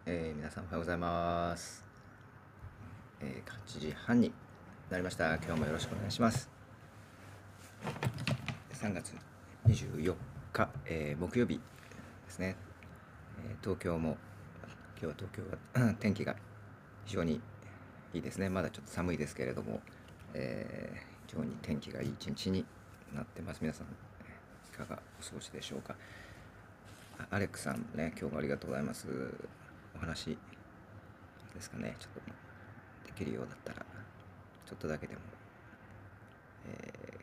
皆さんおはようございます。8時半になりました。今日もよろしくお願いします。3月24日、木曜日ですね。東京も、今日は東京は天気が非常にいいですね。まだちょっと寒いですけれども、非常に天気がいい一日になってます。皆さん、いかがお過ごしでしょうか。アレックさんね、今日もありがとうございます。お話ですかね、ちょっとできるようだったら、ちょっとだけでも、え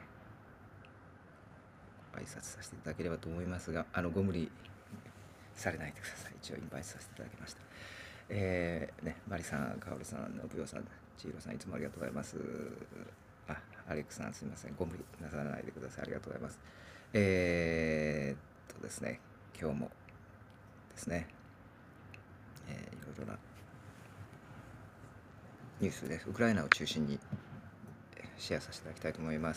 挨拶させていただければと思いますが、ご無理されないでください。一応インバイトさせていただきました。マリさん、カオルさん、のぶよさん、ちいろさん、いつもありがとうございます。アレックさん、すみません。ご無理なさらないでください。ありがとうございます。ですね、今日もですね、いろいろなニュースです。ウクライナを中心にシェアさせていただきたいと思います。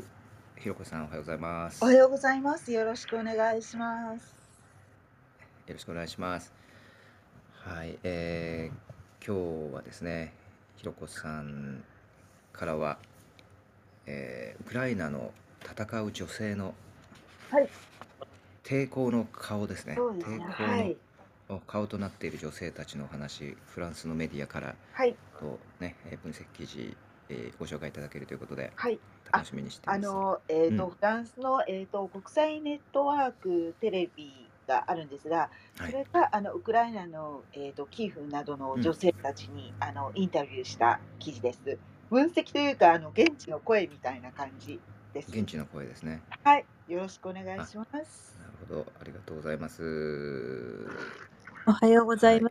ひろこさん、おはようございまおはす。 ようございます。よろしくお願いします。 よろしくお願いします。はい、今日はですね、ひろこさんからは、ウクライナの戦う女性のはい、 抵抗の顔ですね。 そうですね。 抵抗のはい。 顔となっている女性たちのお話、フランスのメディアからはい。 とね、分析記事、ご紹介いただけるということで、 はい。あ、 楽しみにしています。うん、 フランスの、国際ネットワークテレビがあるんですが、 はい、 それが、ウクライナの、キーフなどのうん、 女性たちに、インタビューした記事です。分析というか、現地の声みたいな感じです。 現地の声ですね。 はい、よろしくお願いあ、 します。 なるほど、ありがとうございます。 おはようございはい、 ます。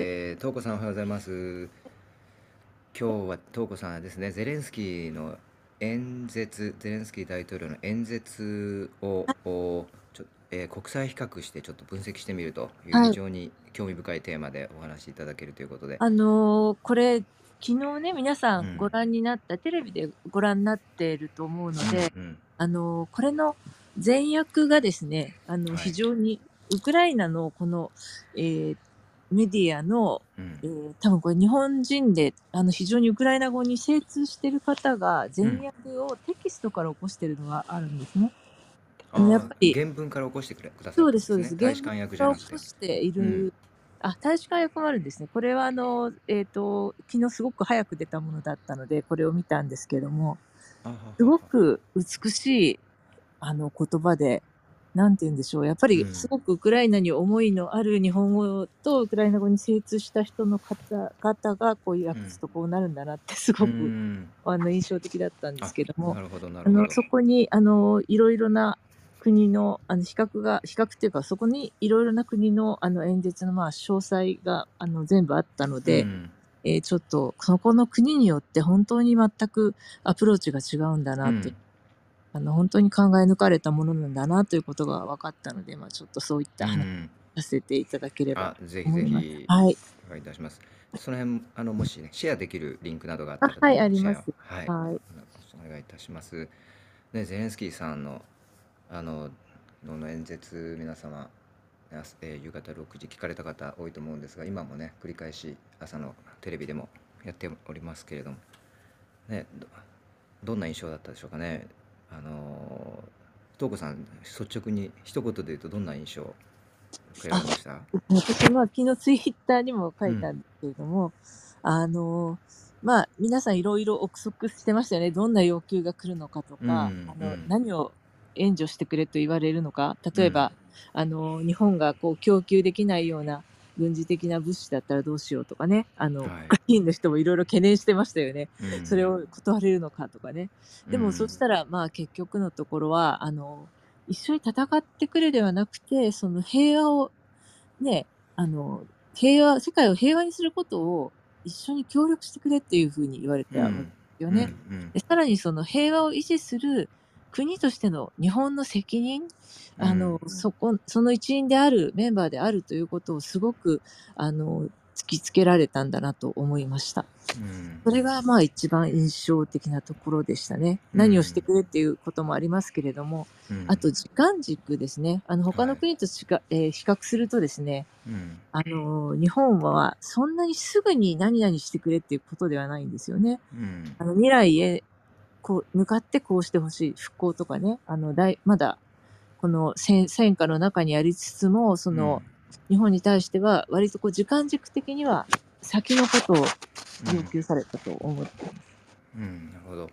とうこさんおはようございます。今日は東子さんはですね、ゼレンスキーのゼレンスキー大統領の演説を国際比較してちょっと分析してみるという非はい。 常に興味深いテーマでお話しいただけるということで、 これ、昨日ね、皆さうん、 んご覧になったテレビでご覧になっていると思うのうん、 で、 うん、 これの前訳がですね、 はい、 非常にウクライナのこの、えーメディアの、 うん、 多分これ日本人で、非常にウクライナ語に精通している方が前うん。 訳をテキストから起こしているのがあるんですね。やっああ、 ぱり原文から起こしてくださっそうですそうです。 たんですね。大原文使館訳じゃがなくて。 起こしていうん。 る大使館役もあるんですね。これは昨日すごく早く出たものだったので、これを見たんですけども、 あはすはは。 ごく美しい、言葉で、なんて言うんでしょう、やっぱりすうん。 ごくウクライナに思いのある日本語とウクライナ語に精通した人の方々がこういううん。 訳すとこうなるんだなってすうーごく、 ん。 印象的だったんですあ、 けども、 なるほど、なるほど。 そこに、いろいろな国の、比較っていうか、そこにいろいろな国の、演説の、詳細が、全部あったので、 うん。 ちょっと、そこの国によって本当に全くアプローチが違うんだなと、 うん。 本当に考え抜かれたものなんだなということが分かったので、ちょっとそういった話うん。 させていただければとぜひ思います。 ぜひはい。 お願いいたします。その辺、もしね、シェアできるリンクなどがあっあ、 たら、 はい、 どうぞシェアを、 あります。 はい、 はい。 お願いいたします。ね、ゼレンスキーさんの、あの、の演説、皆様、夕方6時聞かれた方多いと思うんですが、今もね、繰り返し朝のテレビでもやっておりますけれども、ね、どんな印象だったでしょうかね。東子さん、率直に一言で言うとどんな印象を受けらあ、 れました？ 私は昨日ツイッターにも書うん、 いたんですけれども、皆さんいろいろ憶測してましたよね。どんな要求が来るのかとうん、 か、 うん、 何を援助してくれと言われるのか。 うん、 例えば、日本がこう供給できないような軍事的な物資だったらどうしようとかね。 はい、 国会議員の人もいろいろ懸念してましたよね。 うん、 それを断れるのかとかね。でもそうん、 したら、結局のところは、一緒に戦ってくれではなくて、その平和をね、あの、世界を平和にすることを一緒に協力してくれっていう風に言われたわけでうん、うん、うすよね。 ん、 で、さらにその平和を維持する国としての日本の責任、 うん、 その一員である、メンバーであるということをすごく、 突きつけられたんだなと思いました。 うんそれが一番印象的なところでしたね。 う何をしてんくれっていうこともありますけれども、 うんあと時間軸ですね。他はいの国と比較するとですね、 うん日本はそんなにすぐに何々してくれっていうことではないんですよね。 うん未来へ向かってこうしてほしい復興とかね、まだこの戦火の中にありつつも、 うん日本に対しては割と時間軸的には先のことを要求されたと思っています。 なるほど。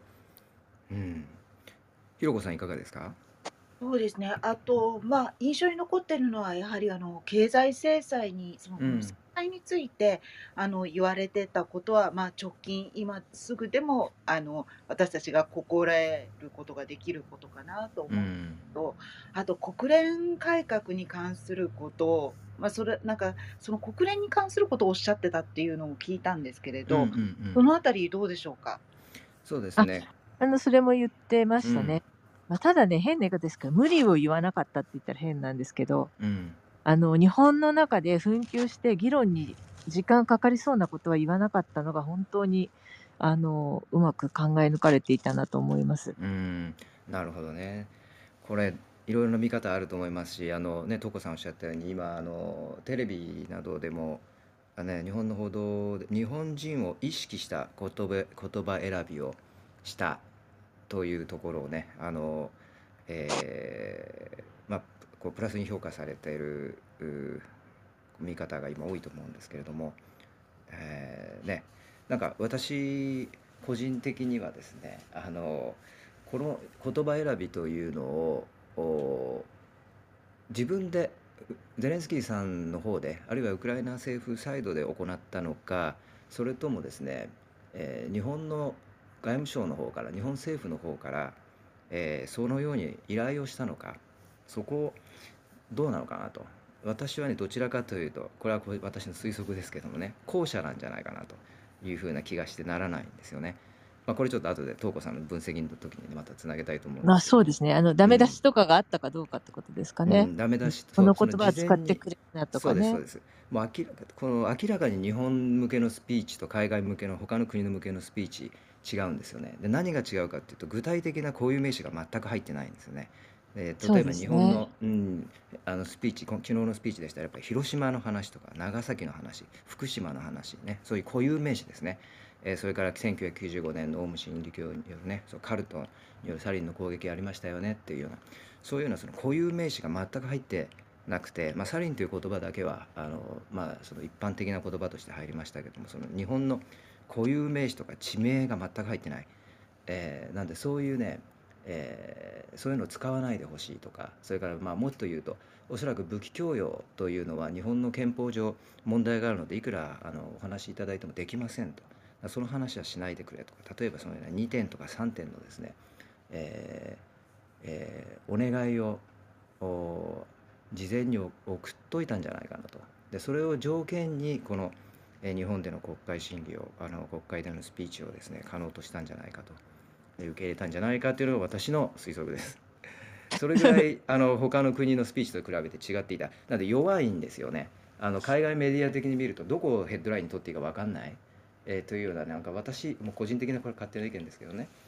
ひろこさんいかがですか？ そうですね。あと、印象に残っているのは、やはり経済制裁に、この制うん裁について、言われてたことは、直近、今すぐでも、私たちが心得ることができることかなと思ううんと、あと国連改革に関することを、その国連に関することをおっしゃってたっていうのを聞いたんですけれど、そのあたりどうでしょうか？ そうですね。 それも言ってまうんしたね。ただね、変な言い方ですから、無理を言わなかったって言ったら変なんですけど、 うん日本の中で紛糾して議論に時間かかりそうなことは言わなかったのが本当に、うまく考え抜かれていたなと思います。 なるほどね。これいろいろな見方あると思いますし、トコさんおっしゃったように今テレビなどでも日本の報道で日本人を意識した言葉選びをしたというところをねまあこうプラスに評価されている見方が今多いと思うんですけれども、ね、なんか私個人的にはですねこの言葉選びというのを自分でゼレンスキーさんの方であるいはウクライナ政府サイドで行ったのか、それともですね、日本の外務省の方から日本政府の方から、そのように依頼をしたのか、そこどうなのかなと。私はねどちらかというと、これは私の推測ですけどもね、後者なんじゃないかなというふうな気がしてならないんですよね。これちょっと後で東子さんの分析の時に、ね、またつなげたいと思うんですけども、 そうですね。ダメ出しとかがあったかどうかってことですかね。 ダメ出し、 このそ言葉は使の事前に、 ってくれるなとかね。 そうですそうです。もうこの明らかに日本向けのスピーチと海外向けの他の国の向けのスピーチ違うんですよね。で何が違うかっていうと、具体的な固有名詞が全く入ってないんですよね。 そう例えばですね。 日本の、スピーチ、昨日のスピーチでしたらやっぱり広島の話とか長崎の話、福島の話ね、そういう固有名詞ですね。それから1995年のオウム真理教によるね、カルトによるサリンの攻撃ありましたよねっていうような、そういうようなその固有名詞が全く入ってなくて、サリンという言葉だけはその一般的な言葉として入りましたけども、その日本の固有名詞とか地名が全く入ってない、なんでそういうね、そういうのを使わないでほしいとか、それからもっと言うと、おそらく武器供与というのは日本の憲法上問題があるので、いくらお話しいただいてもできませんと、その話はしないでくれとか、例えばその、2点とか3点のですね、えお願いを事前に送っといたんじゃないかなと。でそれを条件にこの、日本での国会審議を国会でのスピーチをですね可能としたんじゃないかと、で受け入れたんじゃないかというのが私の推測です。それぐらい他の国のスピーチと比べて違っていた。なので弱いんですよね。海外メディア的に見るとどこをヘッドラインに取っていいか分かんない、というような、なんか私もう個人的なこれ勝手な意見ですけどね、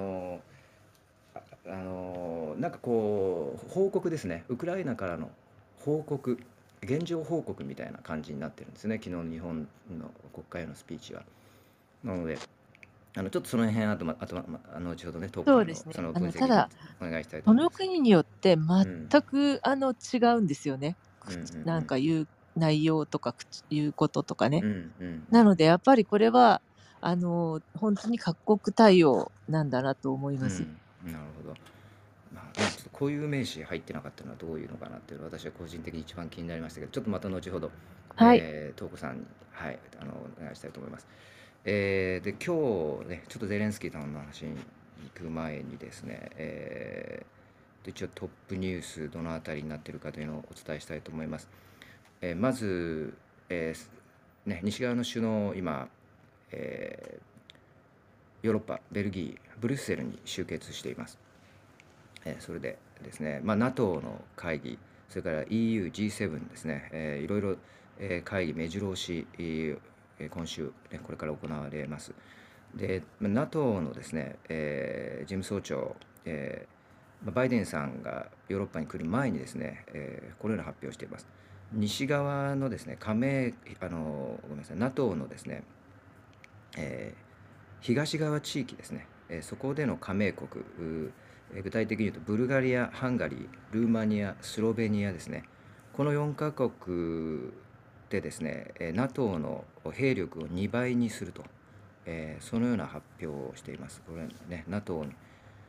なんかこう報告ですね、ウクライナからの報告、現状報告みたいな感じになってるんですね、昨日の日本の国会のスピーチは。なのでちょっとその辺後ほどね、トークさんのそうですね。 その分析にただ、 お願いしたいとそ思います。 の国によってうん全く違うんですよね。 うんうんなんか言う内容とか言うこととかね。 うんうんなのでやっぱりこれは本当に各国対応なんだなと思います。 なるほど。ちょっと固有名詞入ってなかったのはどういうのかなっていうのは私は個人的に一番気になりましたけど、ちょっとまた後ほど、 はい。 トークさんに、はい、お願いしたいと思います。で今日ね、ちょっとゼレンスキーさんの話に行く前にですね、一応トップニュースどのあたりになっているかというのをお伝えしたいと思います。まず、西側の首脳今、ヨーロッパ、ベルギー、ブリュッセルに集結しています。それでですね、NATO の会議、それから EU、G7 ですね、いろいろ、 会議、目白押し、今週、ね、これから行われます。で、NATO のですね、事務総長、バイデンさんがヨーロッパに来る前にですね、このような発表をしています。西側のですね、ごめんなさい、NATO のですね、東側地域ですね、そこでの加盟国、具体的に言うとブルガリア、ハンガリー、ルーマニア、スロベニアですね、この4カ国でですね、NATO の兵力を2倍にすると、そのような発表をしています。これね、NATO に、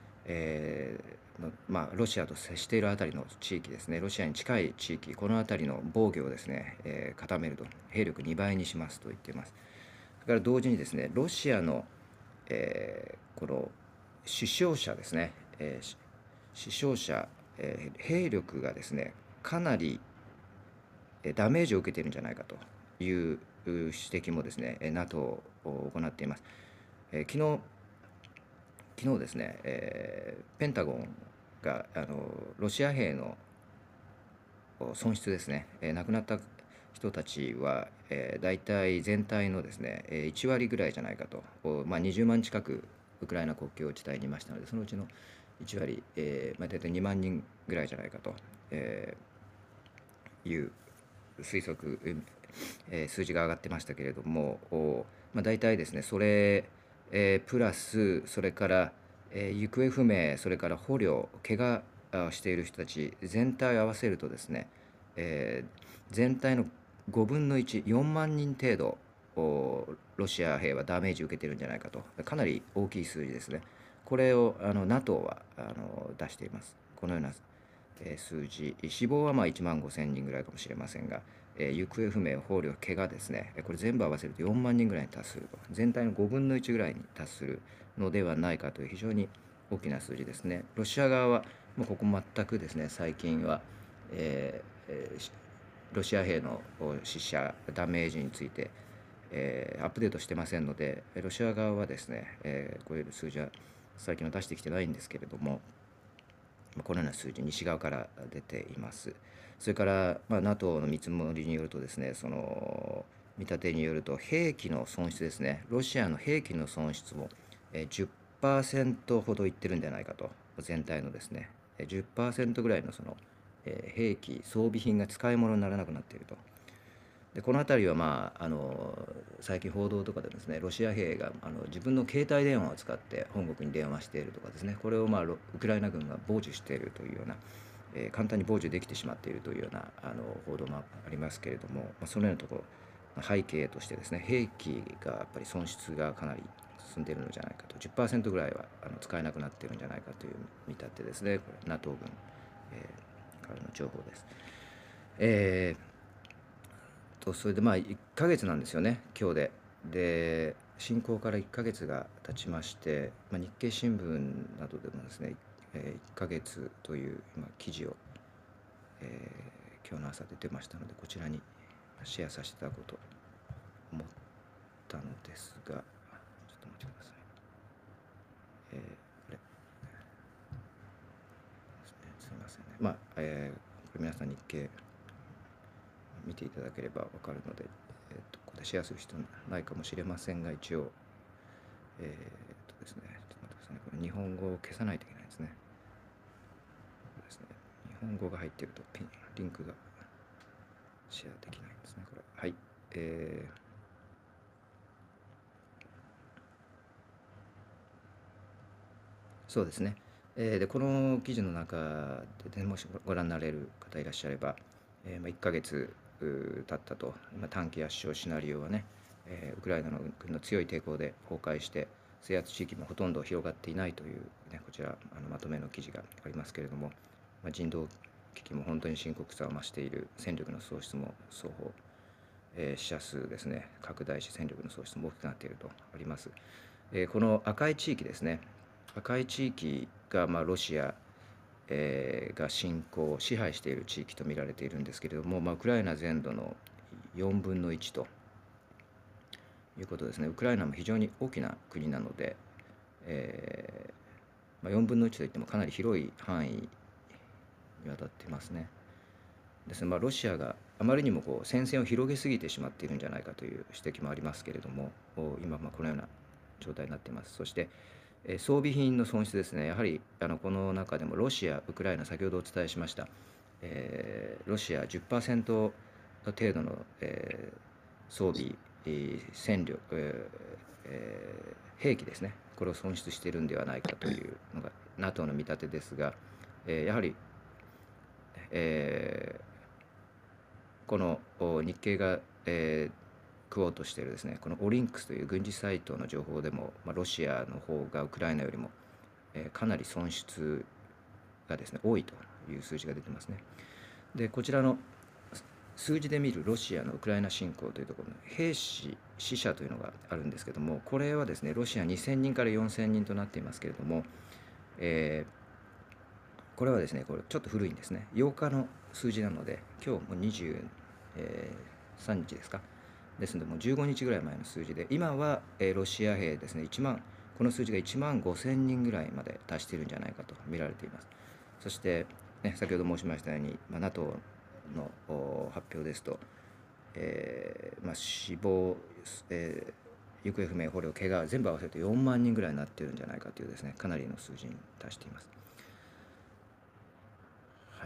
ロシアと接しているあたりの地域ですね、ロシアに近い地域、このあたりの防御をですね、固めると、兵力2倍にしますと言っています。それから同時にですね、ロシアの、この死傷者ですね、死傷者、兵力がですね、かなりダメージを受けているんじゃないかという指摘もですね、NATO を行っています。昨日ですね、ペンタゴンがロシア兵の損失ですね、亡くなった人たちは、大体全体のですね、1割ぐらいじゃないかと、20万近くウクライナ国境地帯にいましたので、そのうちの1割、大体2万人ぐらいじゃないかと、いう推測、数字が上がってましたけれども、大体ですね、それ、プラス、それから、行方不明、それから捕虜、怪我している人たち、全体を合わせるとですね、全体の5分の1、4万人程度、ロシア兵はダメージを受けているんじゃないかと、かなり大きい数字ですね。これをNATO は出しています。このような数字、死亡は1万5千人ぐらいかもしれませんが、行方不明、捕虜、怪我ですね、これ全部合わせると4万人ぐらいに達すると、全体の5分の1ぐらいに達するのではないかという非常に大きな数字ですね。ロシア側はもうここ全くですね、最近は、ロシア兵の死者、ダメージについて、アップデートしてませんので、ロシア側はですね、こういう数字は最近は出してきてないんですけれども、このような数字、西側から出ています。それから、NATO の見積もりによるとですね、その見立てによると、兵器の損失ですね、ロシアの兵器の損失も10% ほどいってるんじゃないかと、全体のですね、10% ぐらいのその兵器、装備品が使い物にならなくなっていると。でこの辺りは、最近報道とかでですね、ロシア兵が自分の携帯電話を使って本国に電話しているとかですね、これを、ウクライナ軍が傍受しているというような、簡単に傍受できてしまっているというような報道もありますけれども、そのようなところ、背景としてですね、兵器がやっぱり損失がかなり進んでいるのじゃないかと、10% ぐらいは使えなくなっているんじゃないかという見立てですね、これ NATO 軍、からの情報です。それで1ヶ月なんですよね、今日で。で、侵攻から1ヶ月が経ちまして、日経新聞などでもですね、1ヶ月という記事を、今日の朝出てましたので、こちらにシェアさせていただこうと思ったのですが、ちょっとお待ちください。これすみませんね。これ皆さん日経見ていただければ分かるので、ここでシェアする必要ないかもしれませんが、一応、ですね、ちょっと待ってくださいね。これ日本語を消さないといけないですね。そうですね。日本語が入っているとリンクがシェアできないんですね。これ。はい。そうですね。で、この記事の中で、もしご覧になれる方いらっしゃれば、1ヶ月経ったと、短期圧勝シナリオはね、ウクライナの軍の強い抵抗で崩壊して、制圧地域もほとんど広がっていないという、ね、こちらまとめの記事がありますけれども、人道危機も本当に深刻さを増している、戦力の喪失も双方、死者数ですね、拡大し戦力の喪失も大きくなっているとあります。この赤い地域ですね、赤い地域がロシアが侵攻支配している地域と見られているんですけれども、ウクライナ全土の4分の1ということですね。ウクライナも非常に大きな国なので、4分の1といってもかなり広い範囲にわたっていますね。ですね、ロシアがあまりにもこう戦線を広げすぎてしまっているんじゃないかという指摘もありますけれども、今このような状態になっています。そして、装備品の損失ですね。やはりこの中でもロシア、ウクライナ、先ほどお伝えしました、ロシア10%程度の、装備、戦力、兵器ですね、これを損失しているんではないかというのが NATO の見立てですが、やはり、この日経が、食おうとしているですね、このオリンクスという軍事サイトの情報でも、ロシアの方がウクライナよりも、かなり損失がですね多いという数字が出てますね。でこちらの数字で見るロシアのウクライナ侵攻というところの兵士死者というのがあるんですけども、これはですねロシア2000人から4000人となっていますけれども、これはですねこれちょっと古いんですね。8日の数字なので今日も23日ですか。ですのでもう15日ぐらい前の数字で、今はロシア兵ですねこの数字が1万5000人ぐらいまで達しているんじゃないかと見られています。そして、先ほど申しましたように、NATO の発表ですと、死亡、行方不明、捕虜、怪我全部合わせると4万人ぐらいになっているんじゃないかというですねかなりの数字に達しています。はい、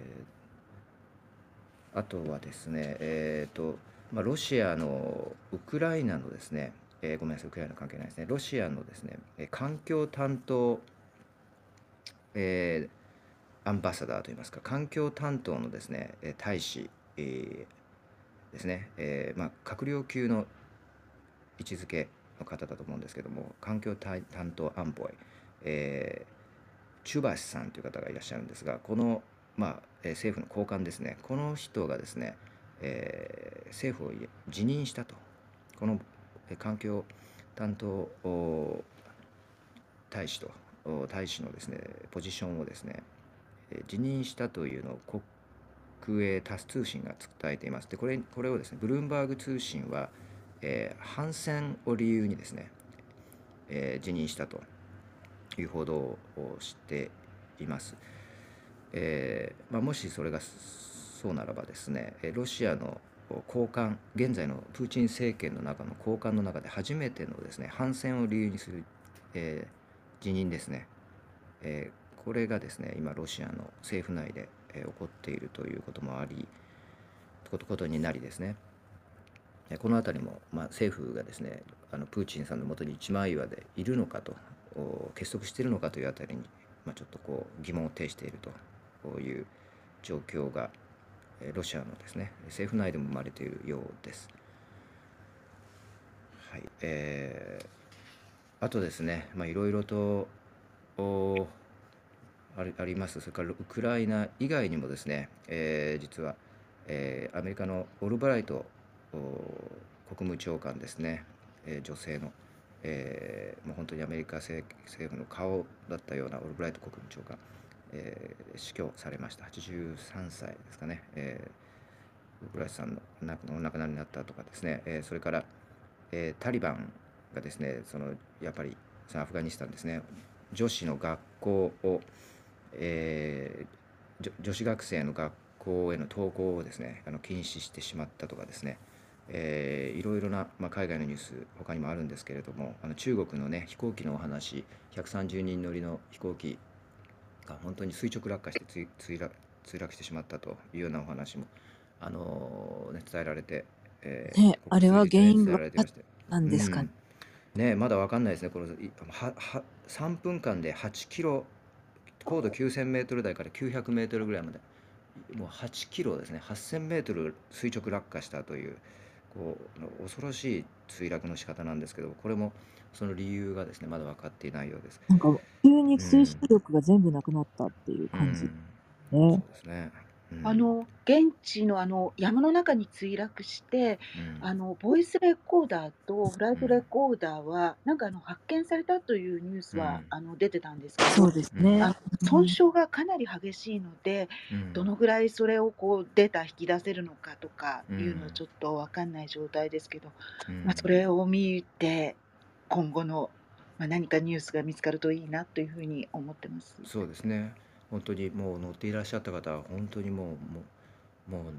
あとはですね、ロシアのウクライナのですね、ごめんなさい、ウクライナ関係ないですね、ロシアのですね、環境担当、アンバサダーといいますか、環境担当のですね、大使、ですね、閣僚級の位置づけの方だと思うんですけども、環境担当アンボイ、チュバシさんという方がいらっしゃるんですが、この、政府の高官ですね、この人がですね、政府を辞任したと。この環境担当大使のですねポジションをですね辞任したというのを国営タス通信が伝えています。でこれをですねブルームバーグ通信は、反戦を理由にですね、辞任したという報道をしています。もしそれがそうならばですね、ロシアの高官、現在のプーチン政権の中の高官の中で初めてのですね反戦を理由にする、辞任ですね、これがですね今ロシアの政府内で、起こっているということもありことになりですね、この辺りも、政府がですねプーチンさんのもとに一枚岩でいるのかと、結束しているのかというあたりに、ちょっと疑問を呈しているという状況がロシアのですね政府内でも生まれているようです。はい、あとですね、いろいろとあります。それからウクライナ以外にもですね、実は、アメリカのオルブライト国務長官ですね、女性の、もう本当にアメリカ政府の顔だったようなオルブライト国務長官、死去されました。83歳ですかね、オルブライトさんのお亡くなりになったとかですね、それから、タリバンがですねやっぱりそのアフガニスタンですね、女子の学校を、女子学生の学校への登校をですね禁止してしまったとかですね、いろいろな、海外のニュース他にもあるんですけれども、中国のね飛行機のお話、130人乗りの飛行機が本当に垂直落下して墜落してしまったというようなお話も伝えられて、 あれは原因が伝えられていまして、 なんですかね。 まだ分かんないですね。これ3分間で8キロ、高度9000メートル台から900メートルぐらいまで、もう8キロですね、8000メートル垂直落下したという、恐ろしい墜落の仕方なんですけど、これもその理由がですねまだ分かっていないようです。 なんか急にうん、 推進力が全部なくなったっていう感じそうね。 ですね。 現地の山の中に墜落して、ボイスレコーダーとフライトレコーダーは、なんか発見されたというニュースは出てたんですけそうど、 ですね。 損傷がかなり激しいので、どのぐらいそれをデータ引き出せるのかとかいうのはちょっと分かんない状態ですけど、それを見て、今後の、何かニュースが見つかるといいなというふうに思ってます。 そうですね。本当にもう乗っていらっしゃった方は本当にもう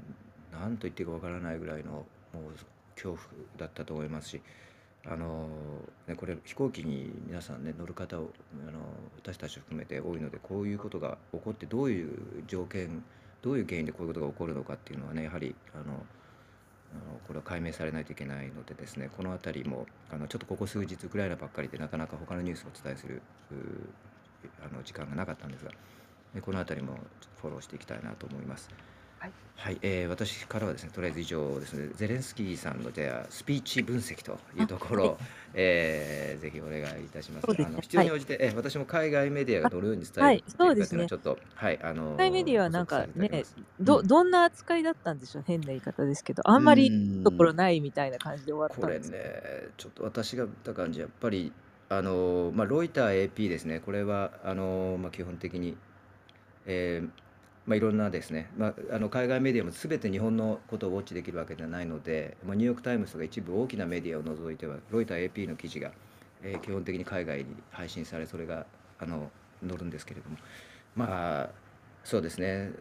何と言っていいかわからないぐらいのもう恐怖だったと思いますし、これ飛行機に皆さんね乗る方を私たちを含めて多いので、こういうことが起こってどういう条件、どういう原因でこういうことが起こるのかっていうのはね、やはりこれは解明されないといけないのでですね、この辺りもちょっとここ数日ウクライナばっかりでなかなか他のニュースをお伝えする時間がなかったんですが、この辺りもちょっとフォローしていきたいなと思います。 はい。 はい、私からはですね、とりあえず以上ですね。ゼレンスキーさんのじゃあスピーチ分析というところを、ぜひお願いいたします。 そうですね。 必要に応じて、私も海外メディアがどのように伝えてそいうるかっていうですね。 のはちょっと、はい、 海外メディアは補なん足させていただきまね、 す。 どんな扱いだったんでしょう、変な言い方ですけど、あんまりいいところないみたいな感じで終わっこれたんですか？ ね、ちょっと私が見た感じ、やっぱり、ロイター AP ですね、これは、基本的に、えーいろんなですね、海外メディアも全て日本のことをウォッチできるわけではないので、ニューヨーク・タイムズとか一部大きなメディアを除いては、ロイター AP の記事が、基本的に海外に配信され、それが載るんですけれども、そうですね、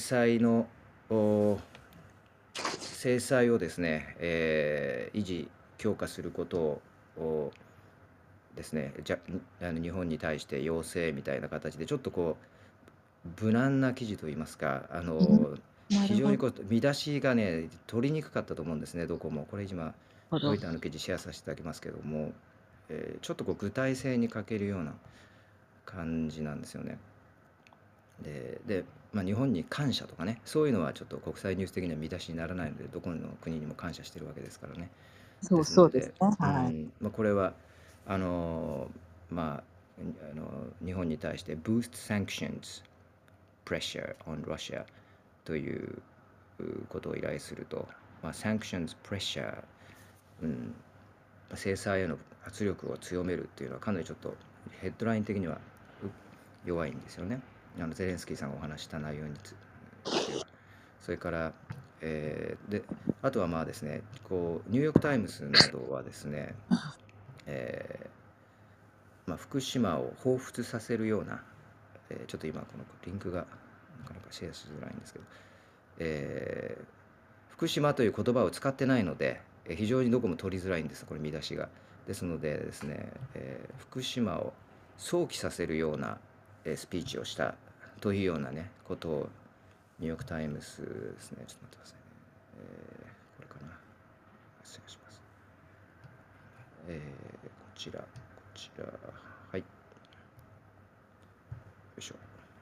制裁をですね、維持、強化することをですね、日本に対して要請みたいな形で、ちょっとこう、無難な記事といいますか、 なるほ非常にこう見出しがね、取りにくかったと思うんですね、どこも。これ今、ロど。 イターの記事シェアさせていただきますけども、ちょっとこう具体性に欠けるような感じなんですよね。で、日本に感謝とかね、そういうのはちょっと国際ニュース的には見出しにならないので、どこの国にも感謝してるわけですからね。ですそうですので、 ね。はい。 これはあのまあ日本に対して Boost Sanctions Pressure on Russia ということを依頼すると、Sanctions Pressure、制裁への圧力を強めるっていうのはかなりちょっとヘッドライン的には弱いんですよね。ゼレンスキーさんがお話した内容については。それから、であとはですね、こうニューヨーク・タイムズなどはですね、福島を彷彿させるような、ちょっと今このリンクがなかなかシェアしづらいんですけど、福島という言葉を使ってないので、非常にどこも取りづらいんです、これ見出しが。ですのでですね、福島を想起させるような、スピーチをしたというようなね、ことをニューヨーク・タイムズですね、ちょっと待ってくださいね。これかな。失礼します。こちら、はい。よいしょ。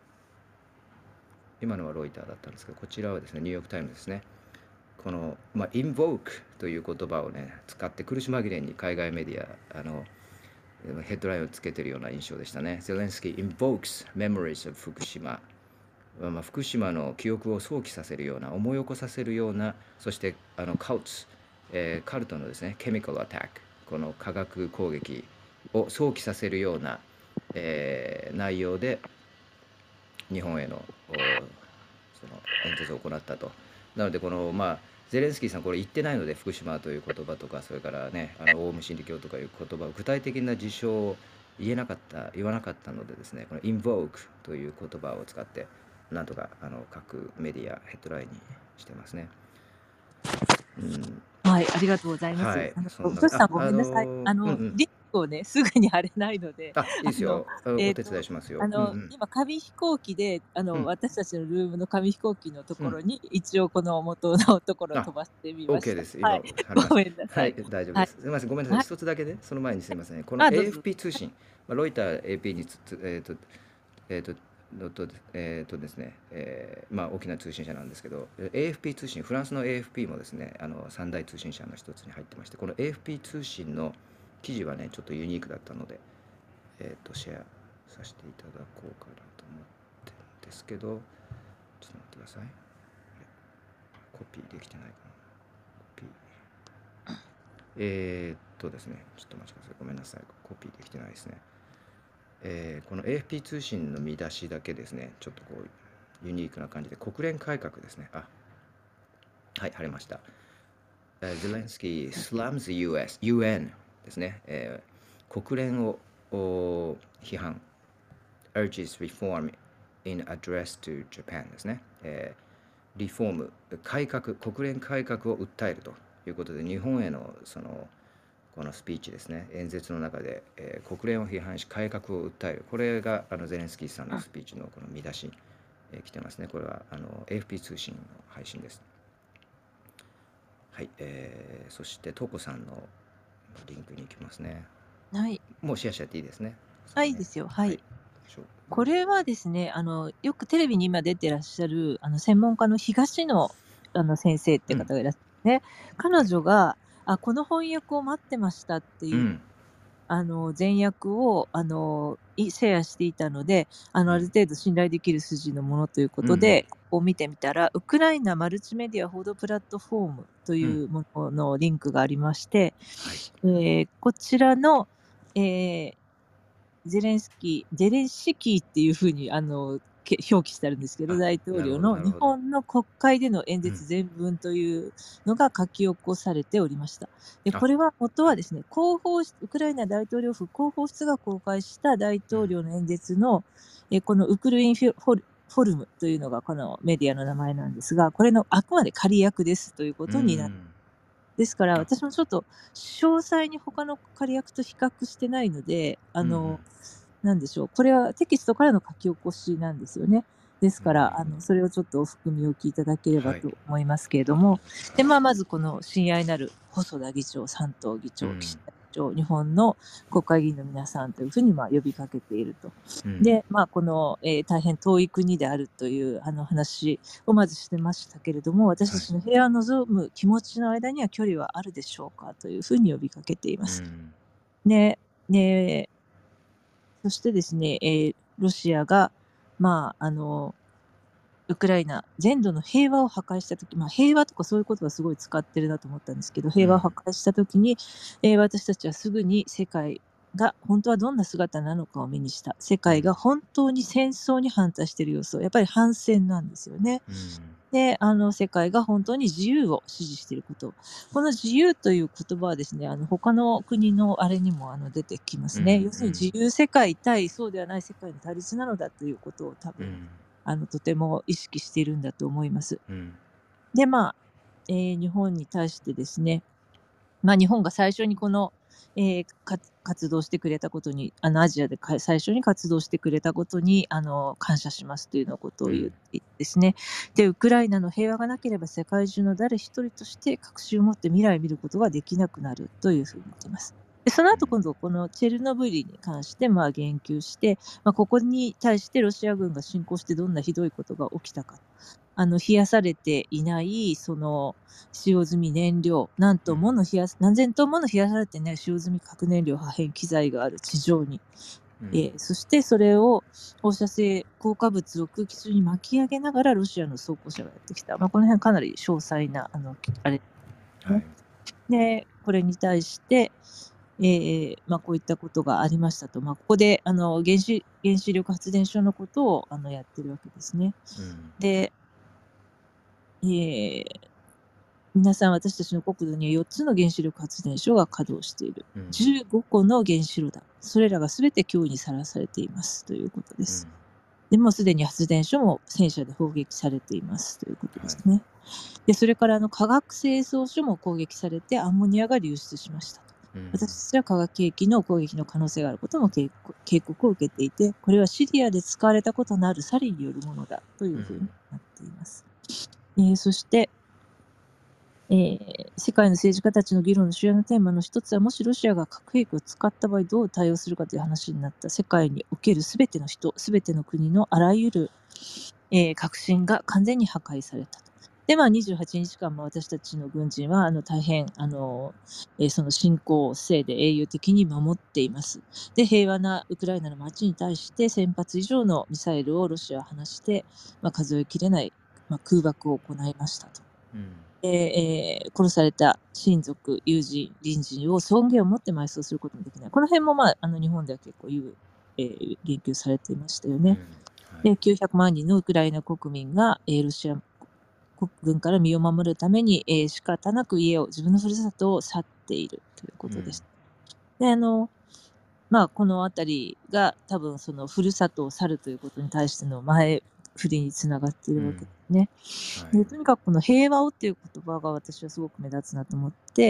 今のはロイターだったんですけど、こちらはですね、ニューヨーク・タイムズですね。この、invoke という言葉をね、使って苦し紛れに海外メディア、ヘッドラインをつけてるような印象でしたね。ゼレンスキー invokes memories of 福島。福島の記憶を想起させるような、思い起こさせるような、そしてカルトのですね、ケミカルアタック、この化学攻撃を想起させるような、内容で日本へのその演説を行ったと。なのでゼレンスキーさんこれ言ってないので、福島という言葉とか、それからねオウム真理教とかいう言葉を具体的な事象を言わなかったのでですね、この invoke という言葉を使ってなんとか各メディアヘッドラインにしてますね。 はい、ありがとうございます。 はい、そんなトシさんごめんなさい。リンクをね、すぐに貼れないので、 いいですよ。お手伝いしますよ。 今紙飛行機で、私たちのルームの紙飛行機のところに、一応この元のところを飛ばしてみまし OK た。 です。 はい、 貼りまごした。 めんなさい。 はい、大丈夫はい。 です。すみません、ごめんなさい。 はい。 一つだけね、その前にすみません。このどうぞ。 AFP 通信、ロイター AP にですね、大きな通信社なんですけど、AFP 通信、フランスの AFP もですね、三大通信社の一つに入ってまして、この AFP 通信の記事はね、ちょっとユニークだったので、シェアさせていただこうかなと思ってるんですけど、ちょっと待ってください。コピーできてないかな。コピー。ですね、ちょっとお待ちください。ごめんなさい。コピーできてないですね。この AFP 通信の見出しだけですね、ちょっとこうユニークな感じで、国連改革ですね。はい、貼れました。ゼレンスキー slams UN ですね、国連を批判 urges reform in address to Japan ですね、 リフォーム、改革、国連改革を訴えるということで、日本へのこのスピーチですね、演説の中で、国連を批判し改革を訴える。これがゼレンスキーさんのスピーチのこの見出し、来てますね。これはAFP 通信の配信です。はい、そしてトコさんのリンクに行きますね。 はい。 もうシェアしちゃっていいですね。 いいですよ。はい。 どうしよう。 これはですね、よくテレビに今出てらっしゃる、専門家の東野、先生って方がいらっしゃるね。彼女が、この翻訳を待ってましたっていう、前訳を、シェアしていたので、ある程度信頼できる筋のものということで、こう見てみたら、ウクライナマルチメディア報道プラットフォームというもののリンクがありまして、こちらの、ゼレンシキーっていうふうに表記してあるんですけど、大統領の日本の国会での演説全文というのが書き起こされておりました。で、これは元はですね、ウクライナ大統領府広報室が公開した大統領の演説の、このウクルインフォルムというのがこのメディアの名前なんですが、これのあくまで仮訳ですということになって、ですから、私もちょっと詳細に他の仮訳と比較してないので、なんでしょう、これはテキストからの書き起こしなんですよね。ですから、それをちょっとお含みおきいただければと思いますけれども、で、まずこの親愛なる細田議長、山東議長、岸田議長、日本の国会議員の皆さんというふうに呼びかけていると。で、この、大変遠い国であるという話をまずしてましたけれども、私たちの平和を望む気持ちの間には距離はあるでしょうかというふうに呼びかけています。ね、そしてですね、ロシアが、ウクライナ全土の平和を破壊したとき、平和とかそういうことはすごい使ってるなと思ったんですけど、平和を破壊したときに、私たちはすぐに世界が本当はどんな姿なのかを目にした。世界が本当に戦争に反対している様子を、やっぱり反戦なんですよね。で、世界が本当に自由を支持していること。この自由という言葉はですね、他の国のあれにも出てきますね。要するに自由世界対そうではない世界の対立なのだということを多分、とても意識しているんだと思います。で、日本に対してですね、日本が最初にこの、活動してくれたことに、アジアで最初に活動してくれたことに、感謝しますというようなことを言ってですね。で、ウクライナの平和がなければ世界中の誰一人として確信を持って未来を見ることができなくなるというふうに言っています。で、その後今度このチェルノブイリに関して言及して、ここに対してロシア軍が侵攻してどんなひどいことが起きたか。冷やされていない、その使用済み燃料、何千トンもの冷やされていない使用済み核燃料破片機材がある地上に。そしてそれを放射性硬化物を空気中に巻き上げながらロシアの装甲車がやってきた。この辺かなり詳細な、あれ、ね。で、これに対して、こういったことがありましたと。ここで、原子力発電所のことを、やってるわけですね。で、皆さん、私たちの国土には4つの原子力発電所が稼働している。15個の原子炉だ。それらがすべて脅威にさらされていますということです。でもすでに発電所も戦車で砲撃されていますということですね。で、それから化学製造所も攻撃されてアンモニアが流出しましたと。私たちは化学兵器の攻撃の可能性があることも警告を受けていて、これはシリアで使われたことのあるサリンによるものだというふうになっています。そして、世界の政治家たちの議論の主要なテーマの一つは、もしロシアが核兵器を使った場合どう対応するかという話になった。世界におけるすべての人、すべての国のあらゆる、革新が完全に破壊されたと。で、28日間も私たちの軍人は大変その侵攻をせいで英雄的に守っています。で、平和なウクライナの街に対して1000発以上のミサイルをロシアは放して、数えきれない、空爆を行いましたと。殺された親族、友人、隣人を尊厳を持って埋葬することもできない。この辺も日本では結構言及されていましたよね。で、900万人のウクライナ国民が、ロシア国軍から身を守るために、仕方なく自分のふるさとを去っているということです。で、このあたりが多分そのふるさとを去るということに対しての振りにつながっていうるわけん。 ですね。 はで、 い。 とにかくこの平和をっていう言葉が私はすごく目立つなと思って、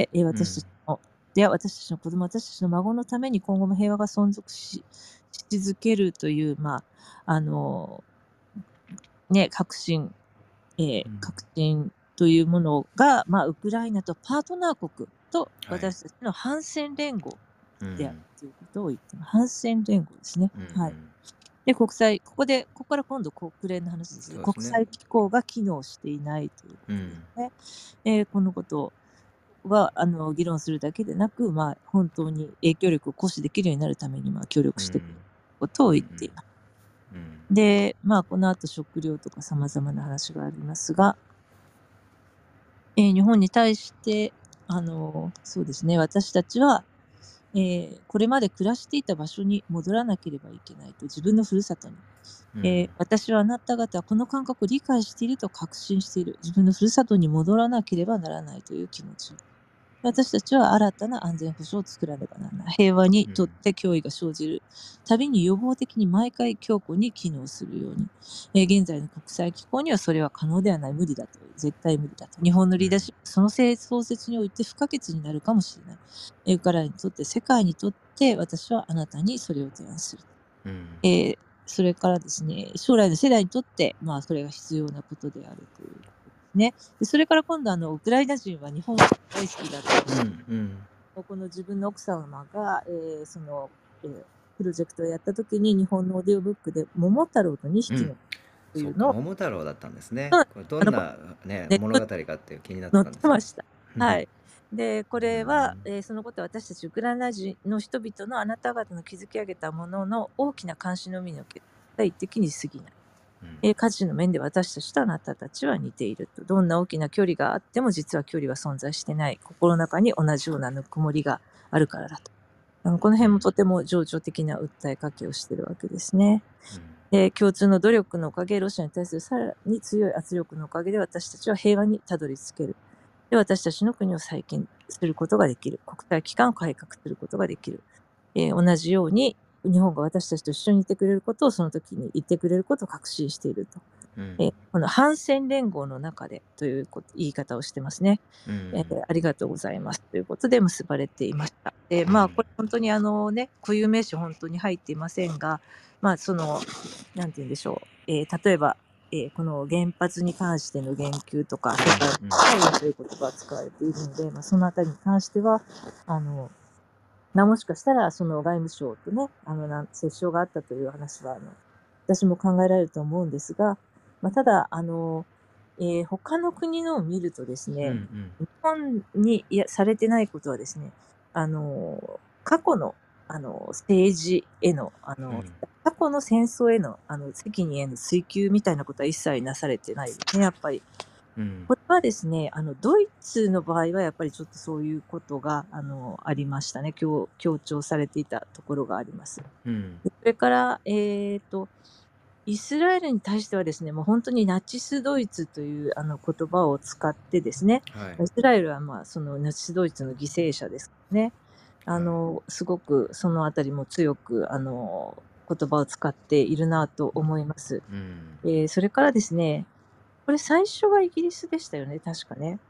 う私たちん。 の私たちの子供、私たちの孫のために今後も平和が存続し続けるという、あの、確信確信というものが、ウクライナとパートナー国とはい。 私たちの反戦連合であるうん。 ということを言ってます。反戦連合ですね。 うんうはい。 ん。 で、ここから今度国連の話ですね。 そうですね。 国際機構が機能していないということですね。このことは、議論するだけでなく、本当に影響力を行使できるようになるために、協力していくことを言っています。で、この後食料とか様々な話がありますが、日本に対して、そうですね、私たちは、これまで暮らしていた場所に戻らなければいけないと、自分のふるさとに。私はあなた方はこの感覚を理解していると確信している。自分のふるさとに戻らなければならないという気持ち。私たちは新たな安全保障を作らねばならない。平和にとって脅威が生じるたびに予防的に毎回強固に機能するように。現在の国際機構にはそれは可能ではない、無理だと、絶対無理だと。日本のリーダーシップ、その創設において不可欠になるかもしれない。ウクライナにとって、世界にとって、私はあなたにそれを提案する。それからですね、将来の世代にとって、それが必要なことであるということですね。で、それから今度ウクライナ人は日本が大好きだと。この自分の奥様が、プロジェクトをやった時に日本のオーディオブックで桃太郎と2匹のとそうか、 いうのを、 桃太郎だったんですね。 そうこれどんこなね、 ネット物語かって気になって載ったんですよ。 てました。はい。で、これは、そのことは私たちウクライナ人の人々のあなた方の築き上げたものの大きな関心のみの結果、一滴に過ぎない。価値の面で私たちとあなたたちは似ていると。どんな大きな距離があっても実は距離は存在してない。心の中に同じようなぬくもりがあるからだと。この辺もとても情緒的な訴えかけをしているわけですね。共通の努力のおかげ、ロシアに対するさらに強い圧力のおかげで私たちは平和にたどり着ける。で、私たちの国を再建することができる。国際機関を改革することができる。同じように日本が私たちと一緒にいてくれることをその時に言ってくれることを確信していると。この反戦連合の中でという言い方をしてますね。ありがとうございますということで結ばれていました。これ本当に固有名詞本当に入っていませんが、なんて言うんでしょう。例えば、この原発に関しての言及とか、世界のという言葉が使われているので、そのあたりに関しては、もしかしたら、その外務省とね、折衝があったという話は、私も考えられると思うんですが、ただ、他の国のを見るとですね、日本にされてないことはですね、過去の、政治への、過去の戦争への、責任への追及みたいなことは一切なされてないですね、やっぱり。これはですね、ドイツの場合はやっぱりちょっとそういうことが、ありましたね。強調されていたところがあります。それから、イスラエルに対してはですね、もう本当にナチスドイツという言葉を使ってですね、イスラエルはそのナチスドイツの犠牲者ですね。すごくそのあたりも強く言葉を使っているなと思います。それからですね、これ最初がイギリスでしたよね、確かね。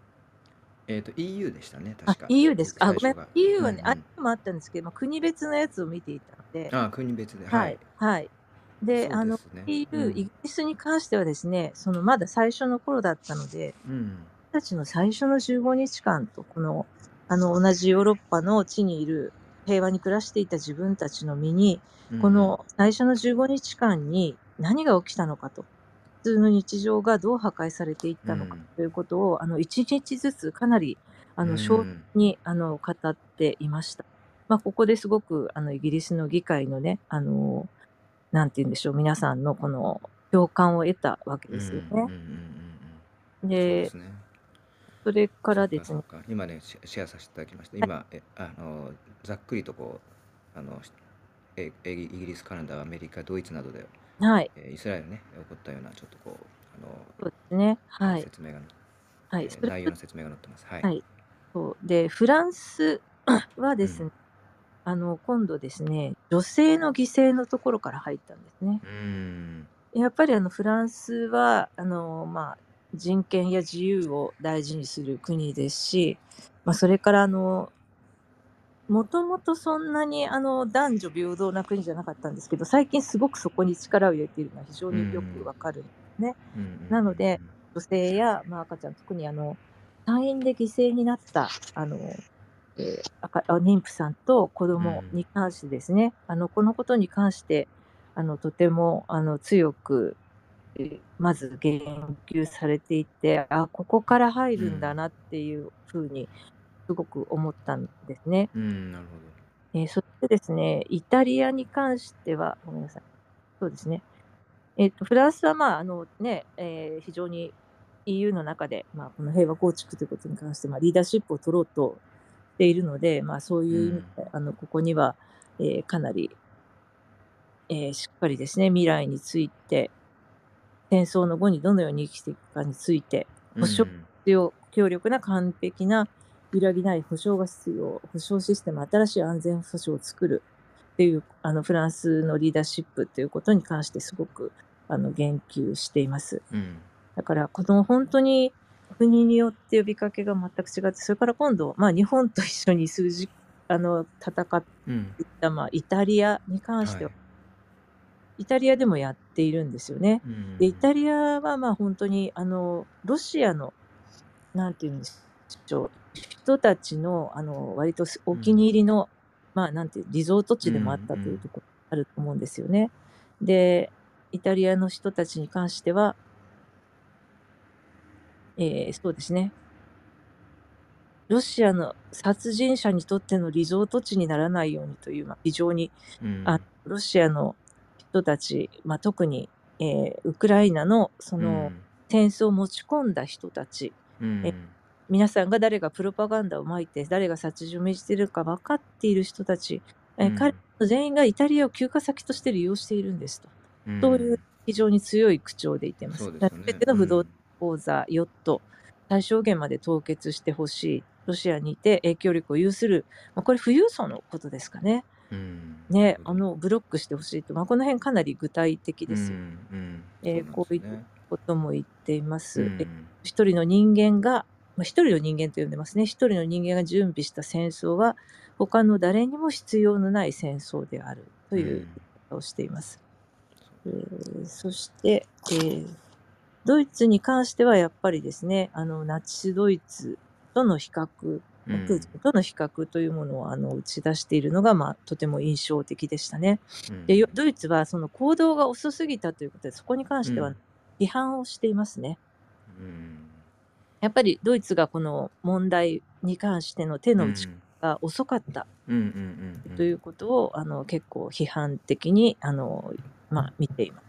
EU でしたね、確か。 EU ですか。ごめん。 最初が。 EU はね、もあったんですけど、国別のやつを見ていたので、 国別で、 はい。はい。で、 そうですね。 EU、イギリスに関してはですね、まだ最初の頃だったので、たちの最初の15日間と、同じヨーロッパの地にいる、平和に暮らしていた自分たちの身に、この最初の15日間に何が起きたのかと。普通の日常がどう破壊されていったのかということを、1日ずつかなり、詳細に、語っていました。ここですごく、イギリスの議会のね、なんて言うんでしょう、皆さんのこの共感を得たわけですよね。で、それからですね。 今ね、シェアさせていただきました。今、ざっくりとイギリス、カナダ、アメリカ、ドイツなどで、イスラエルね、起こったような、ちょっとそうですね。 説明が、 はい。 内容の説明が載ってます。 はい。そうで、フランスはですね、今度ですね、女性の犠牲のところから入ったんですね。 やっぱりフランスは、人権や自由を大事にする国ですし、それからもともとそんなに男女平等な国じゃなかったんですけど、最近すごくそこに力を入れているのは非常うによくん。 わかるんですね。 うんうんなので、女性や、赤ちゃん、特に産院で犠牲になった妊婦さんと子供に関してですね、このことに関して、とても強く、まず言及されていて、ここから入うん。 るんだなっていう風にすごく思ったんですね。 うん、なるほそしてですね、イタリアに関してはごめんなさい。そうですね。フランスは、非常に EU の中で、この平和構築ということに関して、リーダーシップを取ろうとしているので、そうど。ういう意味ん。 で、ここには、かなり、しっかりですね、未来について、戦争の後にどのように生きていくかについて、保障うん必要、強力な完璧な揺らぎない保障が必要、保障システム、新しい安全保障を作るっていう、フランスのリーダーシップということに関してすごく、言及しています。 うんだから、この本当に国によって呼びかけが全く違って、それから今度、日本と一緒に戦ってうん。 いた、イタリアに関しはい。 ては、イタリアでもやっているんですよね。 うん。 で、イタリアは、本当に、ロシアの、なんていうんでしょう、人たちの、割とお気に入りの、リゾートうん地でもあったうんというところあると思うんですよね。で、イタリアの人たちに関しては、そうですね、ロシアの殺人者にとってのリゾート地にならないようにという、非常に、 うんロシアの人たち、特に、ウクライナのそのうん戦争を持ち込んだ人たち、え、 うん皆さんが誰がプロパガンダをまいて、誰が殺人を命じているか分かっている人たち、彼ら全員がイタリアを休暇先として利用しているんですと。そういう非常に強い口調で言っています。 そうですよね。 全ての不動産口座、ヨット、最小限まで凍結してほしい。ロシアにいて影響力を有する、これ富裕層のことですかね。ね、ブロックしてほしいと、この辺かなり具体的うんですよ。 そうなんこういうですよね。 ことも言っていまうす。 ん一人の人間が、一人の人間と呼んでますね。一人の人間が準備した戦争は、他の誰にも必要のない戦争であるという言い方をしています。そして、ドイツに関してはやっぱりですね、ナチスドイツとの比較、プーチンとの比較というものを打ち出しているのが、とても印象的でしたね。で、ドイツはその行動が遅すぎたということで、そこに関しては批判をしていますね。やっぱりドイツがこの問題に関しての手の打ちが遅かったということを結構批判的に見ています。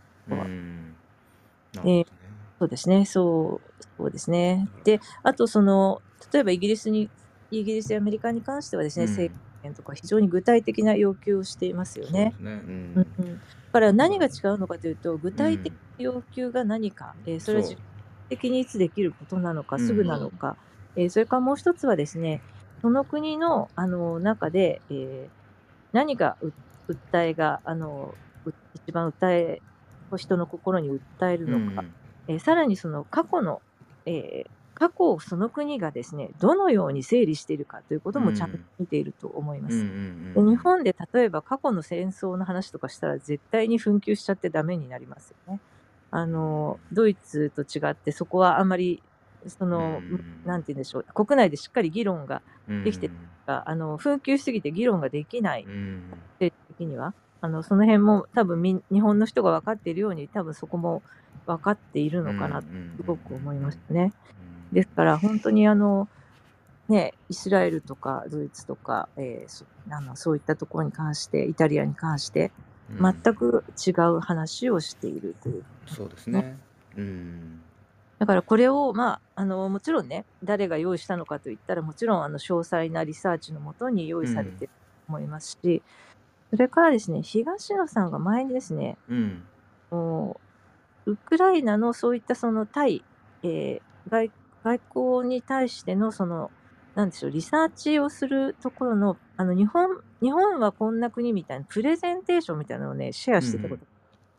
そうですね、そうですね。で、あと例えばイギリスやアメリカに関してはですね、政権とか非常に具体的な要求をしていますよね。だから何が違うのかというと、具体的な要求が何か、それは実質的にいつできることなのか、すぐなのか、それからもう一つはですね、その国の中で、何が訴えが一番人の心に訴えるのか、さらにその過去をその国がですね、どのように整理しているかということもちゃんと見ていると思います。で、日本で例えば過去の戦争の話とかしたら絶対に紛糾しちゃってダメになりますよね。ドイツと違ってそこはあんまりなんて言うんでしょう、国内でしっかり議論ができて紛糾しすぎて議論ができない、政治的には。その辺も多分日本の人が分かっているように、多分そこも分かっているのかなとすごく思いましたね。ですから本当にイスラエルとかドイツとか、そういったところに関して、イタリアに関して、全く違う話をしているという。 そうですね。 だからこれを、もちろんね、誰が用意したのかといったら、もちろん詳細なリサーチのもとに用意されていると思いますし、それからですね、東野さんが前にですね、もうウクライナのそういった対、外交に対してのなんでしょう、リサーチをするところの、日本はこんな国みたいなプレゼンテーションみたいなのをね、シェアしてたこと。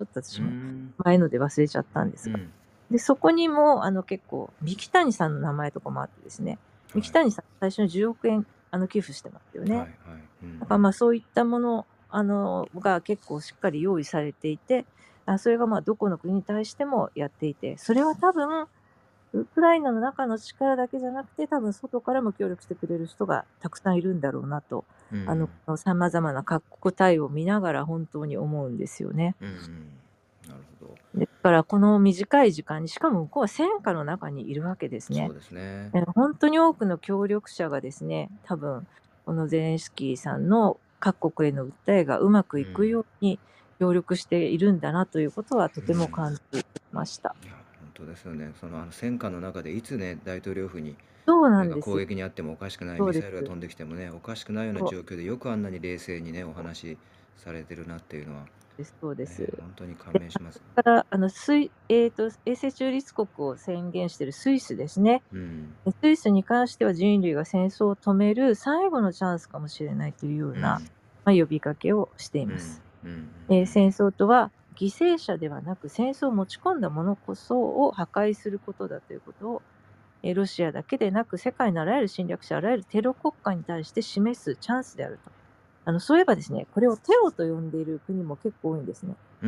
ちょっとう私もん。 前ので忘れちゃったんですが。 うん。 で、そこにも、結構、三木谷さんの名前とかもあってですね、三木はい。 谷さん、最初に10億円、寄付してますよね。 はいはい。うんだからまあ、そういったもの、が結構しっかり用意されていて、それがまあ、どこの国に対してもやっていて、それは多分、ウクライナの中の力だけじゃなくて、多分外からも協力してくれる人がたくさんいるんだろうなと、 うん。 様々な各国対応を見ながら本当に思うんですよね。 うんうん。なるほど。 ですからこの短い時間に、しかも向こうは戦火の中にいるわけですね。 そうですね。 本当に多くの協力者がですね、多分このゼレンスキーさんの各国への訴えがうまくいくうん。 ように協力しているんだなということはとうん。 ても感じました。 いや、本当ですよね。戦火の中でいつね、大統領府にそうな何か攻んですよ。 撃にあってもおかしくない、 そうです。 ミサイルが飛んできてもね、おかしくないようなそう状況で、よくあんなに冷静にね、お話しされてるなっていうのは、 です。そうです。 本当に感で、 銘します。 から、永世中立国を宣言しているスイスですね。 うん。 スイスに関しては人類が戦争を止める最後のチャンスかもしれないというような、 うん。 呼びかけをしていうん。 ます。 うん。 戦争とは犠牲者ではなく戦争を持ち込んだものこそを破壊することだということを、ロシアだけでなく世界のあらゆる侵略者、あらゆるテロ国家に対して示すチャンスであると。そういえばですね、これをテロと呼んでいる国も結構多いんですね。 うん。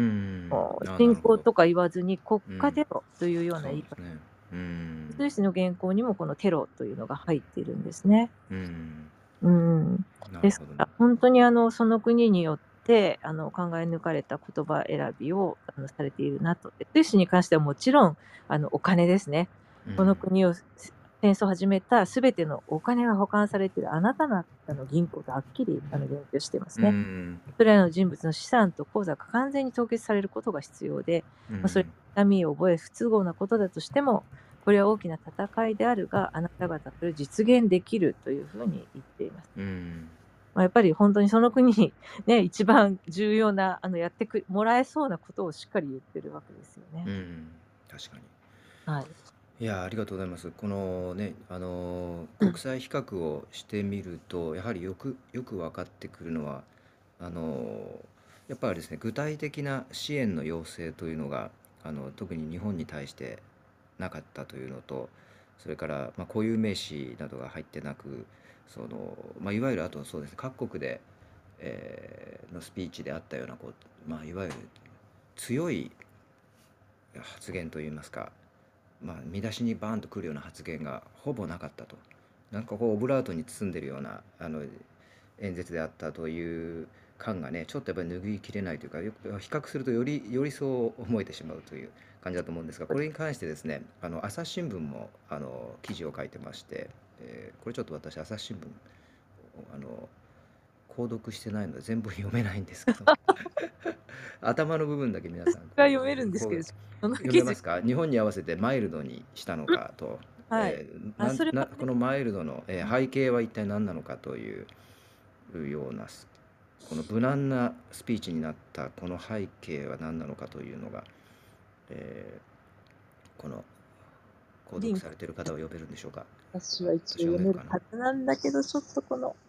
あ、な侵るほど。 攻とか言わずに国うん。 家テロというような言い方。 そうですね。うん。 スイスの原稿にもこのテロというのが入っているんですね。 うん。 うん。ですかなるほど。 ら、本当にその国によって、考え抜かれた言葉選びを、されているなと。で、スイスに関してはもちろん、お金ですね。このうん。 国を戦争を始めたすべてのお金が保管されているあなた方の銀行とはっきり、言及していますうね。 ん。 それらの人物の資産と口座が完全に凍結されることが必要で、それ痛みを覚え不都合なことだとしても、これは大きな戦いであるが、あなた方それを実現できるというふうに言っています。 うん。 やっぱり本当にその国にね、一番重要な、やってもらえそうなことをしっかり言ってるわけですよね。 うん。確かに。 はい。 いや、ありがとうございます。このね、国際比較をしてみると、やはりよく分かってくるのは、あの、やっぱりですね、具体的な支援の要請というのが、特に日本に対してなかったというのと、それから、固有名詞などが入ってなく、いわゆるあとそうですね、各国で、のスピーチであったような、いわゆる強い発言といいますか、見出しにバーンとくるような発言がほぼなかったと。なんかこうオブラートに包んでるような演説であったという感がね、ちょっとやっぱり拭いきれないというか、よく比較するとよりそう思えてしまうという感じだと思うんですが、これに関してですね、朝日新聞も記事を書いてまして、これちょっと私朝日新聞あの購読してないので全部読めないんですけど頭の部分だけ皆さんが読めるんですけど、その記事、 読めますか？日本に合わせてマイルドにしたのかと、 はい。それはこのマイルドの、背景は一体何なのかというような、この無難なスピーチになったこの背景は何なのかというのが、この購読されている方は読めるんでしょうか？ 私は一応読めるはずなんだけど、ちょっとこの、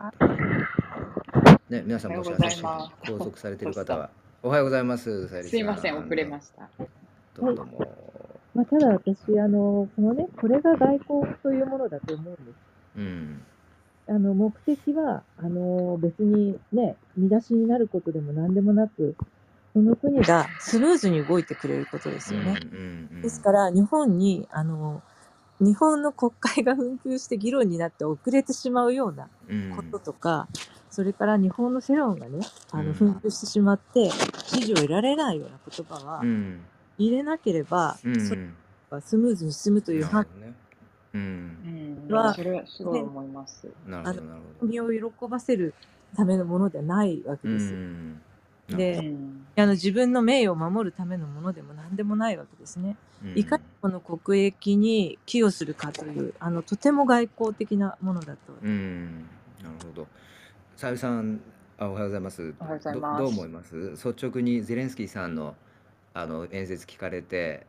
ね、皆さんもし朝日新聞購読されている方は、おはようございます。さゆりさん。 すいません、遅れました。 どうも。 ただ私、これが外交というものだと思うんです。 うん。 目的は、別にね、見出しになることでも何でもなく、その国がスムーズに動いてくれることですよね。ですから、日本の国会が紛糾して議論になって遅れてしまうようなこととか、それから日本の世論がね、紛糾してしまって、支持を得られないような言葉は、入れなければ、それがスムーズに進むという判断は、それはすごい思います。 国を喜ばせるためのものではないわけですよ。で、自分の名誉を守るためのものでも何でもないわけですね。いかにこの国益に寄与するかという、とても外交的なものだと。 なるほど。さゆりさん、おはようございます。 おはようございます。 どう思います？率直にゼレンスキーさんの演説聞かれて、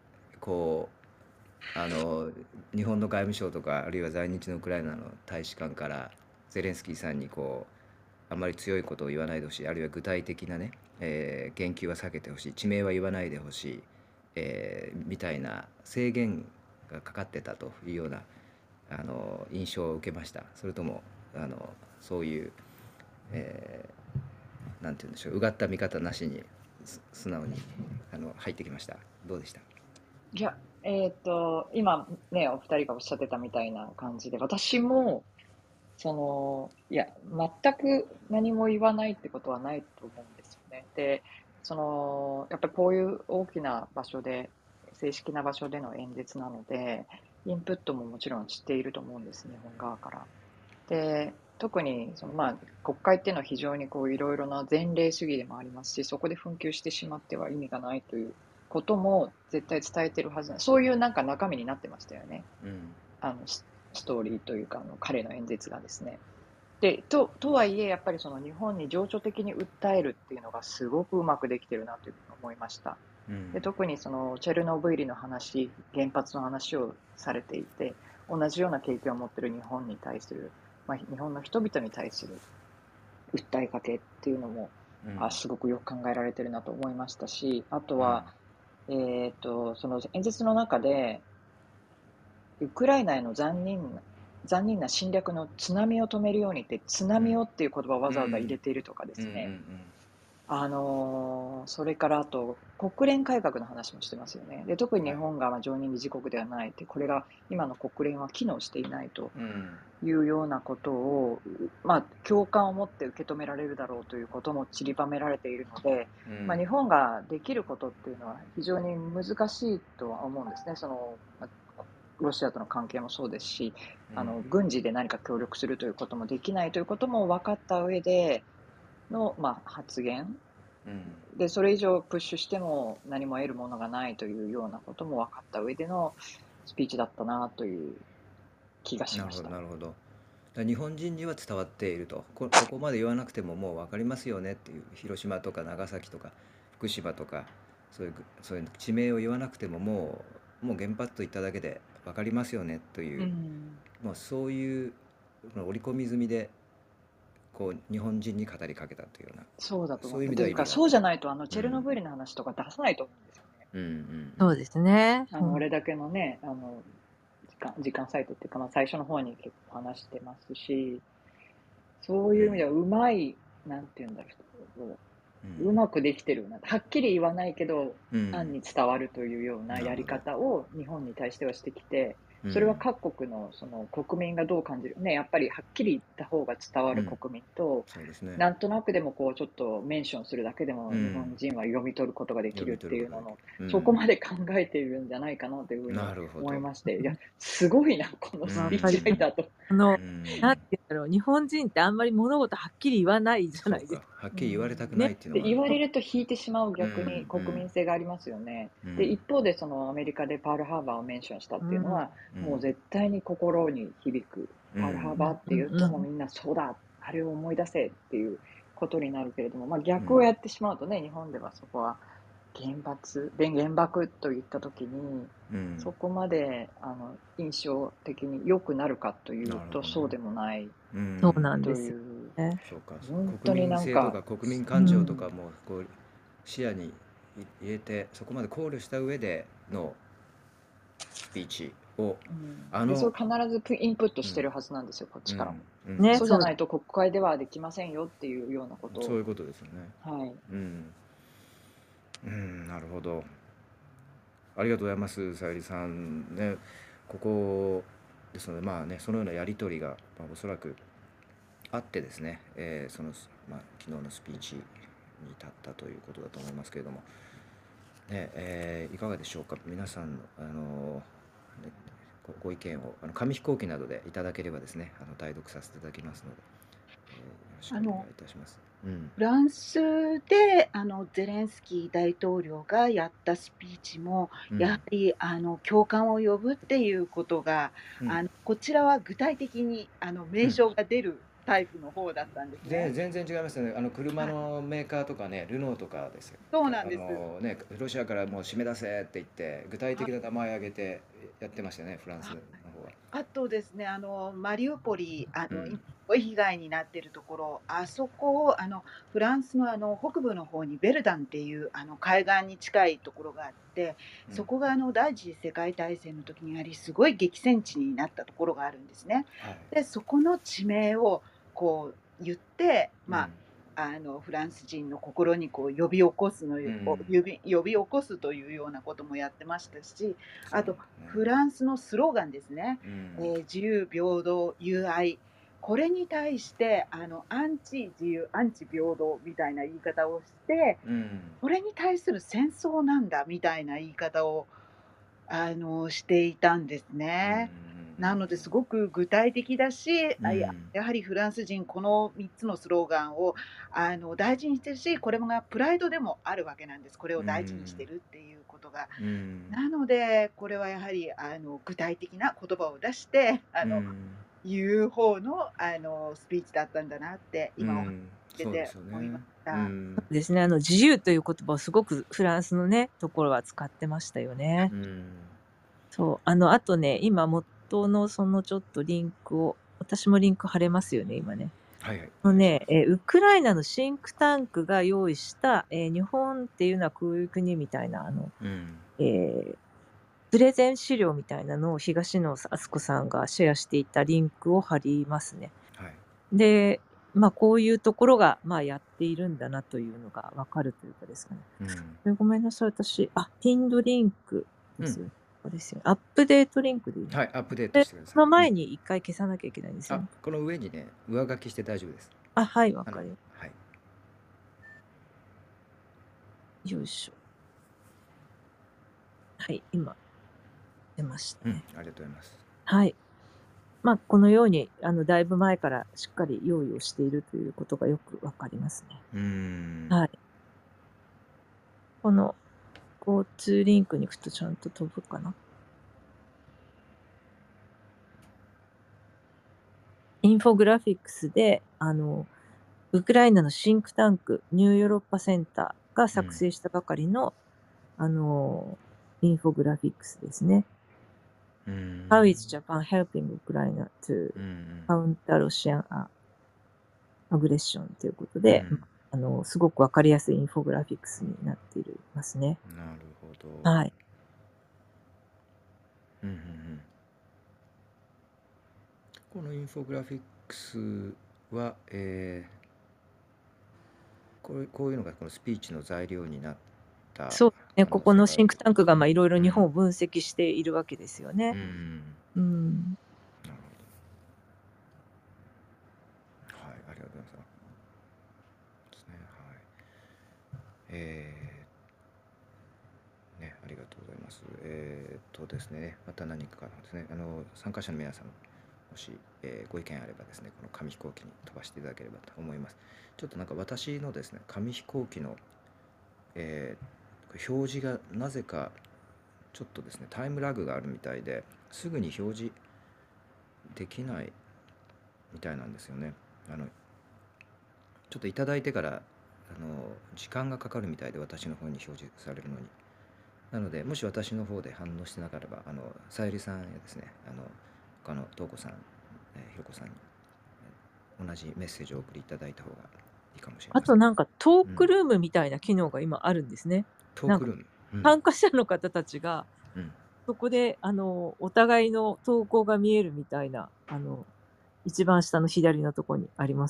日本の外務省とか、あるいは在日のウクライナの大使館からゼレンスキーさんにあまり強いことを言わないでほしい、あるいは具体的なね、言及は避けてほしい、地名は言わないでほしい、みたいな制限がかかってたというような印象を受けました。それともそういう、なんて言うんでしょう、うがった見方なしに素直に入ってきました。どうでした？ いや、今ね、お二人がおっしゃってたみたいな感じで、私も、いや、全く何も言わないってことはないと思うんですよね。で、やっぱりこういう大きな場所で、正式な場所での演説なので、インプットももちろんしていると思うんです、日本側から。で、特に国会っていうのは非常にこういろいろな前例主義でもありますし、そこで紛糾してしまっては意味がないということも絶対伝えてるはずな、そういうなんか中身になってましたよね。 うん。 ストーリーというか、彼の演説がですね。で、とはいえ、やっぱりその日本に情緒的に訴えるっていうのがすごくうまくできてるなというふうに思いました。で、特にそのチェルノブイリの話、原発の話をされていて、同じような経験を持っている日本に対する、日本の人々に対する訴えかけっていうのも、すごくよく考えられてるなと思いましたし、あとは、その演説の中で、ウクライナへの残忍な侵略の津波を止めるようにって、津波をっていう言葉をわざわざ入れているとかですね。それからあと、国連改革の話もしてますよね。で、特に日本が常任理事国ではないって、これが今の国連は機能していないというようなことを、共感を持って受け止められるだろうということも散りばめられているので、日本ができることっていうのは非常に難しいとは思うんですね。ロシアとの関係もそうですし、軍事で何か協力するということもできないということも分かった上での、発言で、それ以上プッシュしても何も得るものがないというようなことも分かった上でのスピーチだったなという気がしました。 なるほど。日本人には伝わっていると、ここまで言わなくてももう分かりますよねっていう、広島とか長崎とか福島とかそういう地名を言わなくてももう原発と言っただけで分かりますよねという、もうそういう織り込み済みでこう日本人に語りかけたというような、 そうだと思う。 そういう意味では意味があった。 そうじゃないとチェルノブイリの話とか出さないと思うんですよね。 そうですね。 あれだけのね、時間割いてっていうか、最初の方に結構話してますし、そういう意味ではうまい、なんていうんだろう、うまくできてるな。はっきり言わないけど、暗に伝わるというようなやり方を日本に対してはしてきて、それは各国のその国民がどう感じるね、やっぱりはっきり言った方が伝わる国民と、 そうですね。 なんとなくでもこうちょっとメンションするだけでも日本人は読み取ることができるっていうのの、そこまで考えているんじゃないかなというふうに思いまして、いや、すごいな、このスピーチライターと。 なんて言うんだろう、日本人ってあんまり物事はっきり言わないじゃないですか。 はっきり言われたくないっていうのが、 言われると引いてしまう逆に国民性がありますよね。で、一方でそのアメリカでパールハーバーをメンションしたっていうのは、もう絶対に心に響く。パールハーバーっていうともうみんなそうだ、あれを思い出せっていうことになるけれども、逆をやってしまうとね、日本ではそこは原爆といったときに、そこまで印象的に良くなるかというと、そうでもないそうなんとですよいう、 ね。 本当になんか国民感情とかもこう視野に入れて、そこまで考慮した上でのスピーチを、 でそれ必ずインプットしてるはずなんですよ、こっちからも。 ね、 そうじゃないと国会ではできませんよっていうようなことを。 そういうことですよね。 はい。 なるほど。ありがとうございます、さゆりさんね。ここですので、そのようなやり取りが、おそらくあってですね、昨日のスピーチに至ったということだと思いますけれども、いかがでしょうか。皆さんのご意見を紙飛行機などでいただければですね、代読させていただきますので、よろしくお願いいたします。 フランスでゼレンスキー大統領がやったスピーチも、やはり共感を呼ぶっていうことが、こちらは具体的に名称が出るタイプの方だったんですね。 全然違いますよね。車のメーカーとかね、ルノーとかですよ。 そうなんです。 ロシアからもう締め出せって言って具体的な名前挙げてやってましたよね、フランスの方は。 あとですね、マリウポリ、 ごい被害になってるところ、あそこをフランスの北部の方にベルダンっていう海岸に近いところがあって、そこが第一次世界大戦の時にすごい激戦地になったところがあるんですね。で、そこの地名をこう言って、フランス人の心にこう呼び起こすというようなこともやってましたし、あとフランスのスローガンですね、自由平等友愛、これに対してアンチ自由アンチ平等みたいな言い方をして、これに対する戦争なんだみたいな言い方をしていたんですね。なのですごく具体的だし、やはりフランス人この3つのスローガンを大事にしてるし、これがプライドでもあるわけなんです。これを大事にしてるっていうことが。なのでこれはやはり具体的な言葉を出して言う方のスピーチだったんだなって今お話ししてて思いました。 そうですね。自由という言葉をすごくフランスのねところは使ってましたよね。そう、あとね、今元のそのちょっとリンクを、私もリンク貼れますよね、今ね。ウクライナのシンクタンクが用意した、日本っていうのはこういう国みたいなプレゼン資料みたいなのを東野敦子さんがシェアしていたリンクを貼りますね。で、こういうところが、やっているんだなというのがわかるというかですかね。ごめんなさい、私、ピンドリンクですよね。ですよ。アップデートリンクでいいの？ はい、アップデートしてください。 その前に一回消さなきゃいけないんですよね。 この上にね、上書きして大丈夫です。 はい、わかりました。 はい。 よいしょ。はい、今、出ましたね。 ありがとうございます。 はい。このように、だいぶ前からしっかり用意をしているということがよくわかりますね。はい。この交通リンクに行くとちゃんと飛ぶかな。インフォグラフィックスで、ウクライナのシンクタンク、ニューヨーロッパセンターが作成したばかりの、インフォグラフィックスですね。How is Japan helping Ukraine to counter Russian aggression ということで、すごくわかりやすいインフォグラフィックスになっていますね。 なるほど。 はい。 このインフォグラフィックスは、こういうのがこのスピーチの材料になったそうね、ここのシンクタンクがいろいろ日本を分析しているわけですよね。 なるほど。はい、ありがとうございます。ですね、はい。ね、ありがとうございます。ですね、また何かですね、参加者の皆さんもし、ご意見あればですね、この紙飛行機に飛ばしていただければと思います。ちょっとなんか私のですね、紙飛行機の、表示がなぜかちょっとですね、タイムラグがあるみたいですぐに表示できないみたいなんですよね。ちょっといただいてから時間がかかるみたいで、私の方に表示されるのに。なので、もし私の方で反応してなければ、さゆりさんやですね、他の東子さん、ひろこさんに同じメッセージをお送りいただいた方がいいかもしれません。 あとなんかトークルームみたいな機能が今あるんですね。 トークルーム。 参加者の方たちが、そこでお互いの投稿が見えるみたいな、一番下の左のところにあります。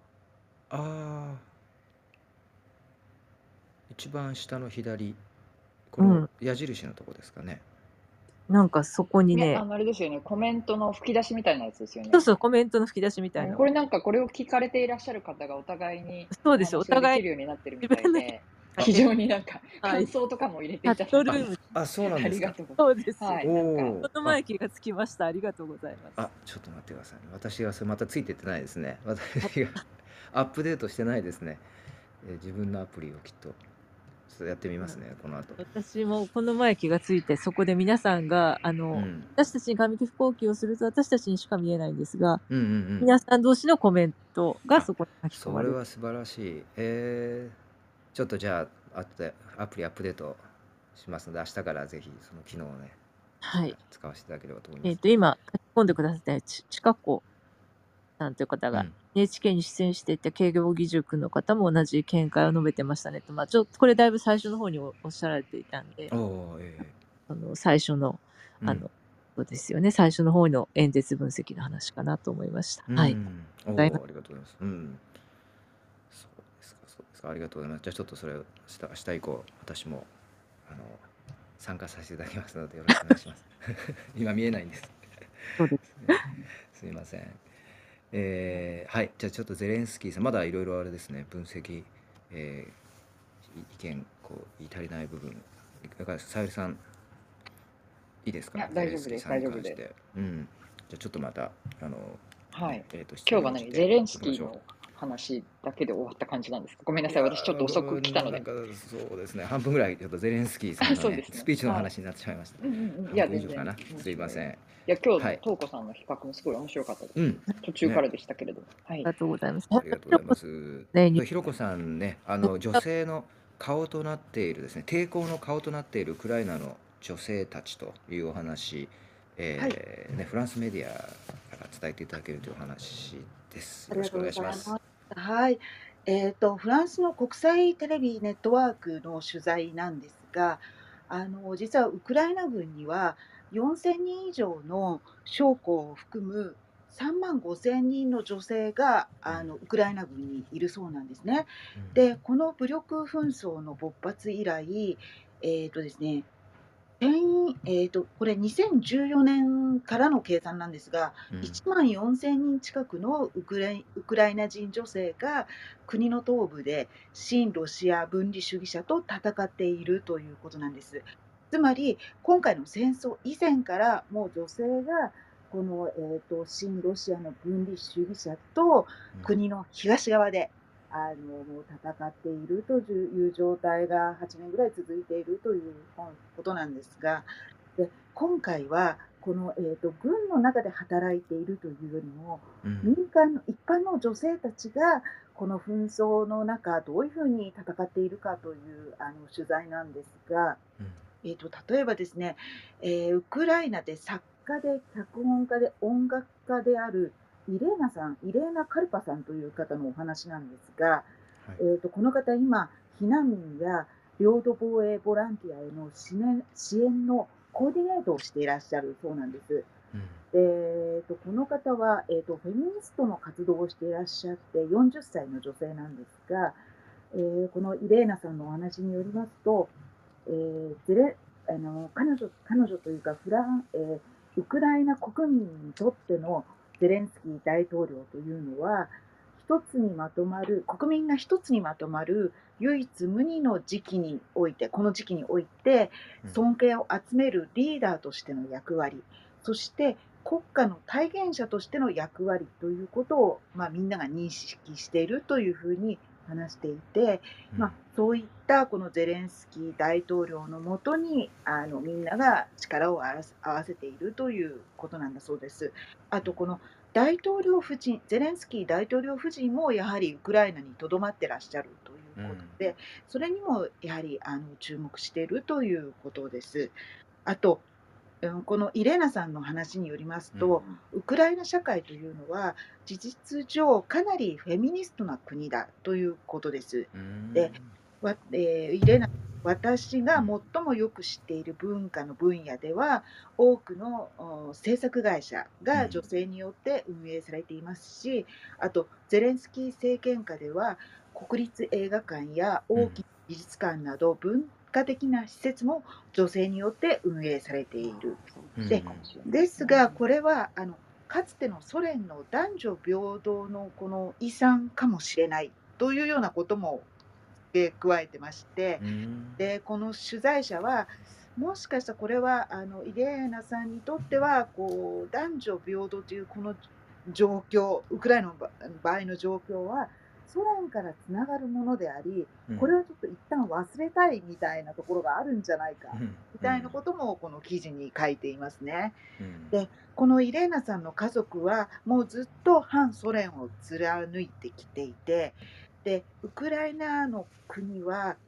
一番下の左、この矢印のとこですかね。 なんかそこにね、 あれですよね、コメントの吹き出しみたいなやつですよね。 そうそう、コメントの吹き出しみたいな。 これなんかこれを聞かれていらっしゃる方がお互いにそうです、お互いできるようになってるみたいで、非常になんか感想とかも入れていただいて、 そうなんですか。 そうです。 はい、 この前気がつきました。ありがとうございます。 ちょっと待ってください。私がそれまたついてってないですね。私がアップデートしてないですね。自分のアプリをきっとやってみますね、この後。 私もこの前気がついて、そこで皆さんが私たちに紙飛行機をすると私たちにしか見えないんですが、皆さん同士のコメントがそこに書き込まれる。 それは素晴らしい。ちょっとじゃあ後でアプリアップデートしますので、明日からぜひその機能をね、使わせていただければと思います。 今書き込んでくださって、近子さんという方がうん。 NHK に出演していた慶應義塾の方も同じ見解を述べてましたねと、ちょっとこれだいぶ最初の方におっしゃられていたんで、 おお、 最初の、 うん。 そうですよね、最初の方の演説分析の話かなと思いました。 うはい。 ん。おございます。 お、ありがとうございます。うん。そうですか、そうですか。ありがとうございます。じゃあちょっとそれを明日以降、私も参加させていただきますのでよろしくお願いします。今見えないんです。 そうです。 すみません。はい、じゃあちょっとゼレンスキーさん、まだいろいろあれですね、分析、意見、言い足りない部分、いかがですか、さゆりさん、いいですか、ゼレンスキーさんに関して。うん。じゃあちょっとまた、 はい。 質今日は何、 問してゼレンスおきましょう。 キーの話だけで終わった感じなんですか？ごめんなさい、私ちょっと遅く来たので。 そうですね、半分ぐらいちょっとゼレンスキーさんのね、 そうですね。 スピーチのはい。 話になってしまいました。 いや、 半分以全然上かな。すいません。 いや、今日のはい。 トーコさんの比較もすごい面白かったです。 うん。 途中からでしたけれど。はい。 ありがとうございます。 ありがとうございます。 ね、 ひろこさんね、女性の顔となっているですね、抵抗の顔となっているウクライナの女性たちというお話、 はい。 フランスメディアから伝えていただけるというお話です。 ありがよろしくおとうございます。 願いします。 はい。フランスの国際テレビネットワークの取材なんですが、実はウクライナ軍には4000人以上の将校を含む3万5000人の女性がウクライナ軍にいるそうなんですね。で、この武力紛争の勃発以来、ですね、これ2014年からの計算なんですが、1万4000人近くのウクライナ人女性が国の東部で親ロシア分離主義者と戦っているということなんです。つまり、今回の戦争以前からもう女性がこの、親ロシアの分離主義者と国の東側でもう戦っているという状態が8年ぐらい続いているということなんですが、で今回はこの、軍の中で働いているというよりも、民間の一般の女性たちがこの紛争の中どういうふうに戦っているかという取材なんですが、例えばですね、ウクライナで作家で脚本家で音楽家であるイレーナ・カルパさんという方のお話なんですが、この方今、避難民や領土防衛ボランティアへの支援のコーディネートをしていらっしゃるそうなんです。でこの方は、フェミニストの活動をしていらっしゃって40歳の女性なんですが、このイレーナさんのお話によりますと、彼女というかウクライナ国民にとってのゼレンスキー大統領というのは、国民が一つにまとまる唯一無二のこの時期において尊敬を集めるリーダーとしての役割、そして国家の体現者としての役割ということを、みんなが認識しているというふうに話していて、そういったこのゼレンスキー大統領のもとにみんなが力を合わせているということなんだそうです。あとこのゼレンスキー大統領夫人もやはりウクライナにとどまってらっしゃるということで、それにもやはり注目しているということです。あと、このイレーナさんの話によりますと、ウクライナ社会というのは事実上かなりフェミニストな国だということです。で、イレーナ私が最もよく知っている文化の分野では、多くの制作会社が女性によって運営されていますし、あとゼレンスキー政権下では国立映画館や大きな美術館など文化的な施設も女性によって運営されている。ですが、これはかつてのソ連の男女平等のこの遺産かもしれないというようなことも加えてまして、でこの取材者はもしかしたらこれはイレーナさんにとっては男女平等というこの状況、ウクライナの場合の状況はソ連からつながるものであり、これをちょっと一旦忘れたいみたいなところがあるんじゃないかみたいなこともこの記事に書いていますね。でこのイレーナさんの家族はもうずっと反ソ連を貫いてきていて、でウクライナの国は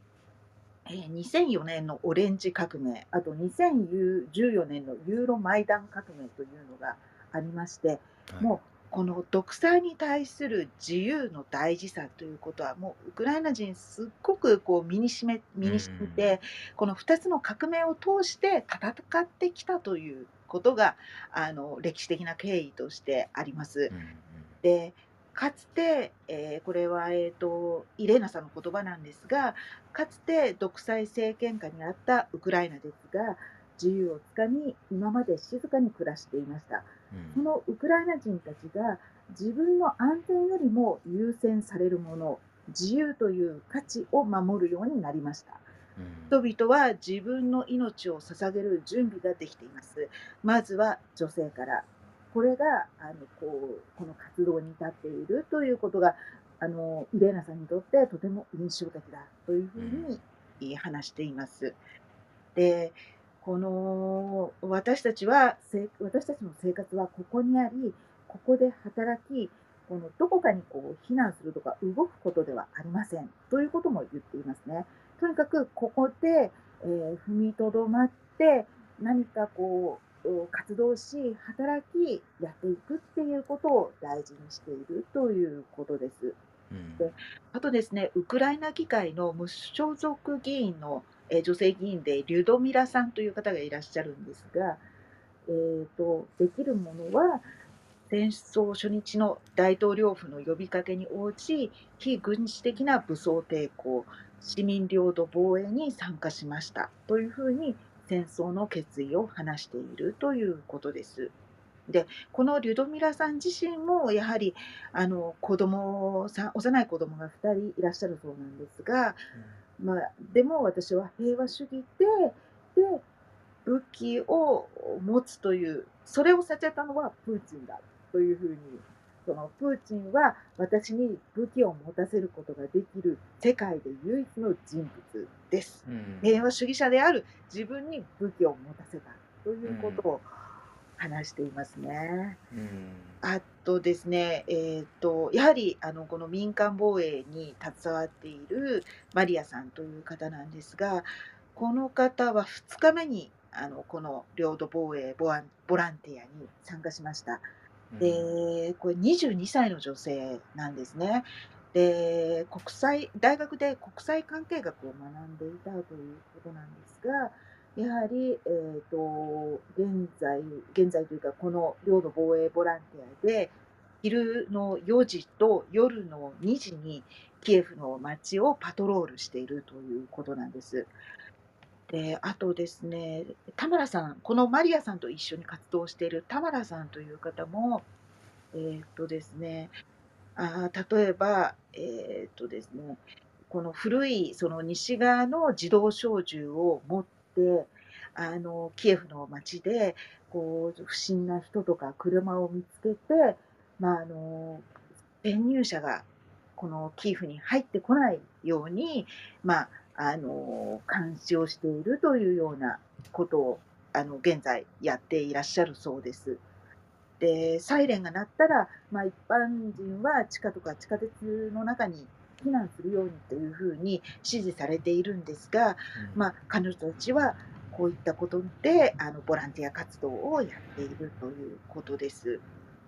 2004年のオレンジ革命、あと2014年のユーロマイダン革命というのがありまして、もこの独裁に対する自由の大事さということは、もうウクライナ人すっごくこう身に染みて、この2つの革命を通して戦ってきたということが、歴史的な経緯としてあります。で、かつて、これは、イレーナさんの言葉なんですが、かつて独裁政権下にあったウクライナですが、自由をつかみ、今まで静かに暮らしていました。そのウクライナ人たちが自分の安全よりも優先されるもの、自由という価値を守るようになりました。人々は自分の命を捧げる準備ができています。まずは女性から。これがこの活動に至っているということがイレーナさんにとってとても印象的だというふうに話しています。で、私たちの生活はここにあり、ここで働き、どこかに避難するとか動くことではありませんということも言っていますね。とにかくここで、踏みとどまって何か活動し、働き、やっていくっていうことを大事にしているということです。で、あとですね、ウクライナ議会の無所属議員の女性議員でリュドミラさんという方がいらっしゃるんですが、できるものは戦争初日の大統領府の呼びかけに応じ、非軍事的な武装抵抗、市民領土防衛に参加しましたというふうに戦争の決意を話しているということです。で、このリュドミラさん自身もやはり幼い子供が2人いらっしゃるそうなんですが、でも私は平和主義で武器を持つという、それをさせたのはプーチンだというふうに、そのプーチンは私に武器を持たせることができる世界で唯一の人物です。平和主義者である自分に武器を持たせたということを話していますね。あとですね、やはりこの民間防衛に携わっているマリアさんという方なんですが、この方は2日目にこの領土防衛ボランティアに参加しました。で、これ22歳の女性なんですね。で、大学で国際関係学を学んでいたということなんですが、やはり、現在というか、この領土防衛ボランティアで、昼の4時と夜の2時にキエフの街をパトロールしているということなんです。で、あとですね、タマラさん、このマリアさんと一緒に活動しているタマラさんという方も、ですね、例えば、ですね、この古いその西側の自動小銃を持って、キエフの街で、不審な人とか車を見つけて、転入者がこのキエフに入ってこないように、監視をしているというようなことを、現在やっていらっしゃるそうです。で、サイレンが鳴ったら、一般人は地下とか地下鉄の中に避難するようにというふうに指示されているんですが、彼女たちはこういったことでボランティア活動をやっているということです。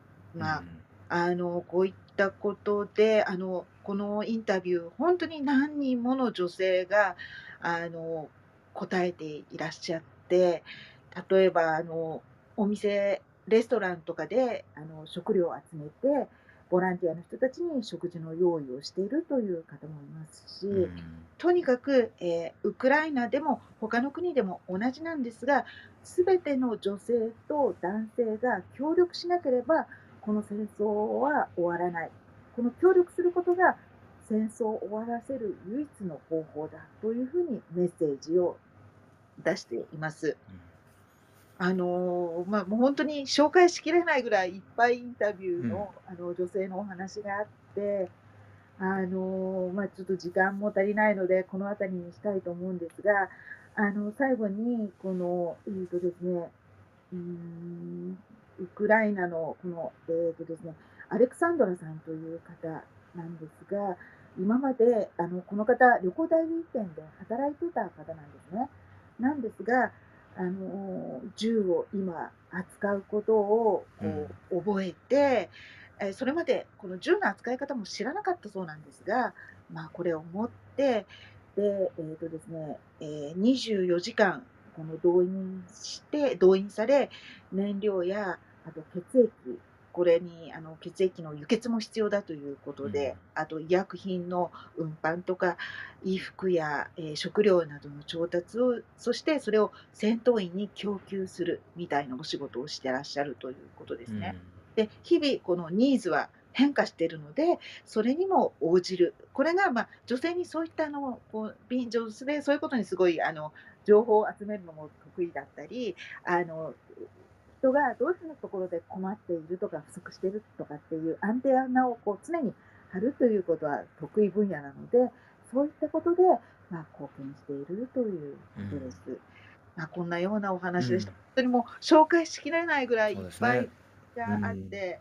こういったことでこのインタビュー、本当に何人もの女性が答えていらっしゃって、例えばお店レストランとかで食料を集めて、ボランティアの人たちに食事の用意をしているという方もいますし、とにかく、ウクライナでも他の国でも同じなんですが、すべての女性と男性が協力しなければ、この戦争は終わらない。この協力することが戦争を終わらせる唯一の方法だというふうにメッセージを出しています。もう本当に紹介しきれないぐらいいっぱいインタビューの、女性のお話があって、ちょっと時間も足りないので、この辺りにしたいと思うんですが、最後に、ですね、ウクライナのこの、ですね、アレクサンドラさんという方なんですが、今までこの方、旅行代理店で働いてた方なんですね。なんですが、銃を今扱うことを覚えて、 それまでこの銃の扱い方も知らなかったそうなんですが、これを持って、で、ですね、24時間この動員され、燃料や、あと血液、これに血液の輸血も必要だということで、あと医薬品の運搬とか、衣服や、食料などの調達を、そしてそれを戦闘員に供給するみたいなお仕事をしてらっしゃるということですね。で、日々このニーズは変化しているので、それにも応じる。これが、女性にそういった女性でそういうことにすごい情報を集めるのも得意だったり、あの、人がどういうところで困っているとか不足しているとかっていうアンテナを常に張るということは得意分野なので、そういったことで、貢献しているということです。こんなようなお話でした。本当にもう紹介しきれないぐらいいっぱいがあって、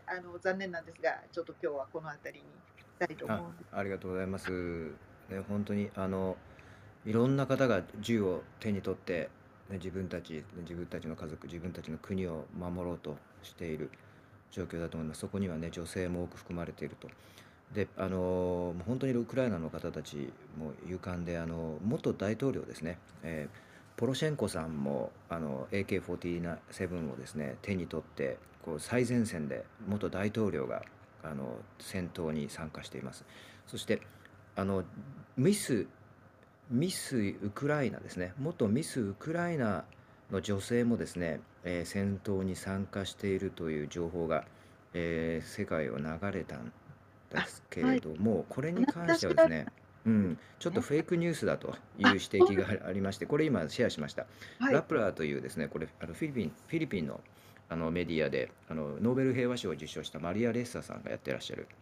残念なんですが、ちょっと今日はこの辺りにしたいと思うんです。 ありがとうございます。ね、本当にいろんな方が銃を手に取って、ね、自分たちの家族、自分たちの国を守ろうとしている状況だと思います。そこにはね、女性も多く含まれていると。で、もう本当にウクライナの方たちも勇敢で、元大統領ですね、ポロシェンコさんもAK-47をですね、手に取って、こう最前線で元大統領が戦闘に参加しています。そしてあのミスウクライナですね、元ミスウクライナの女性もですね、戦闘に参加しているという情報が、世界を流れたんですけはい。 れども、これに関してはです私はね、ちょっとね。 フェイクニュースだという指そうなん摘がありまして、これ今シェアしました。 はい。 ラプラーというですね、これフィリピンの、メディアでノーベル平和賞を受賞したマリア・レッサさんがやってらっしゃる、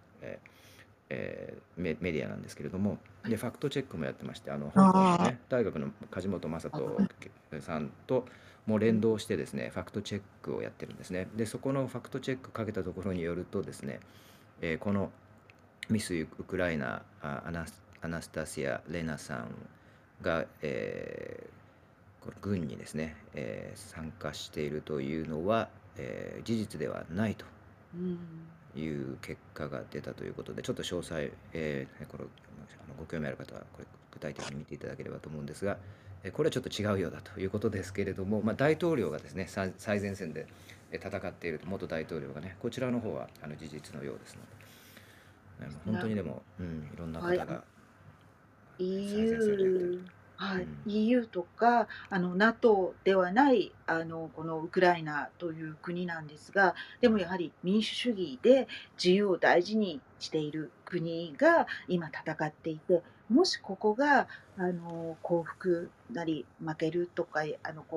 メディアなんですけれども、でファクトチェックもやってまして、香港のね大学の梶本正人さんとも連動してですね、ファクトチェックをやってるんですね。でそこのファクトチェックかけたところによるとですね、このミスウクライナアナスタシア・レナさんが、この軍にですね、参加しているというのは、事実ではないという結果が出たということで、ちょっと詳細、これご興味ある方はこれ具体的に見ていただければと思うんですが、これはちょっと違うようだということですけれども、大統領がですね最前線で戦っていると、元大統領がね、こちらの方は事実のようですので、本当にでも、いろんな方が最前線でやってる EU、 と。 はい、EU とかNATO ではないこのウクライナという国なんですが、でもやはり民主主義で自由を大事にしている国が今戦っていて、もしここが降伏なり負けるとか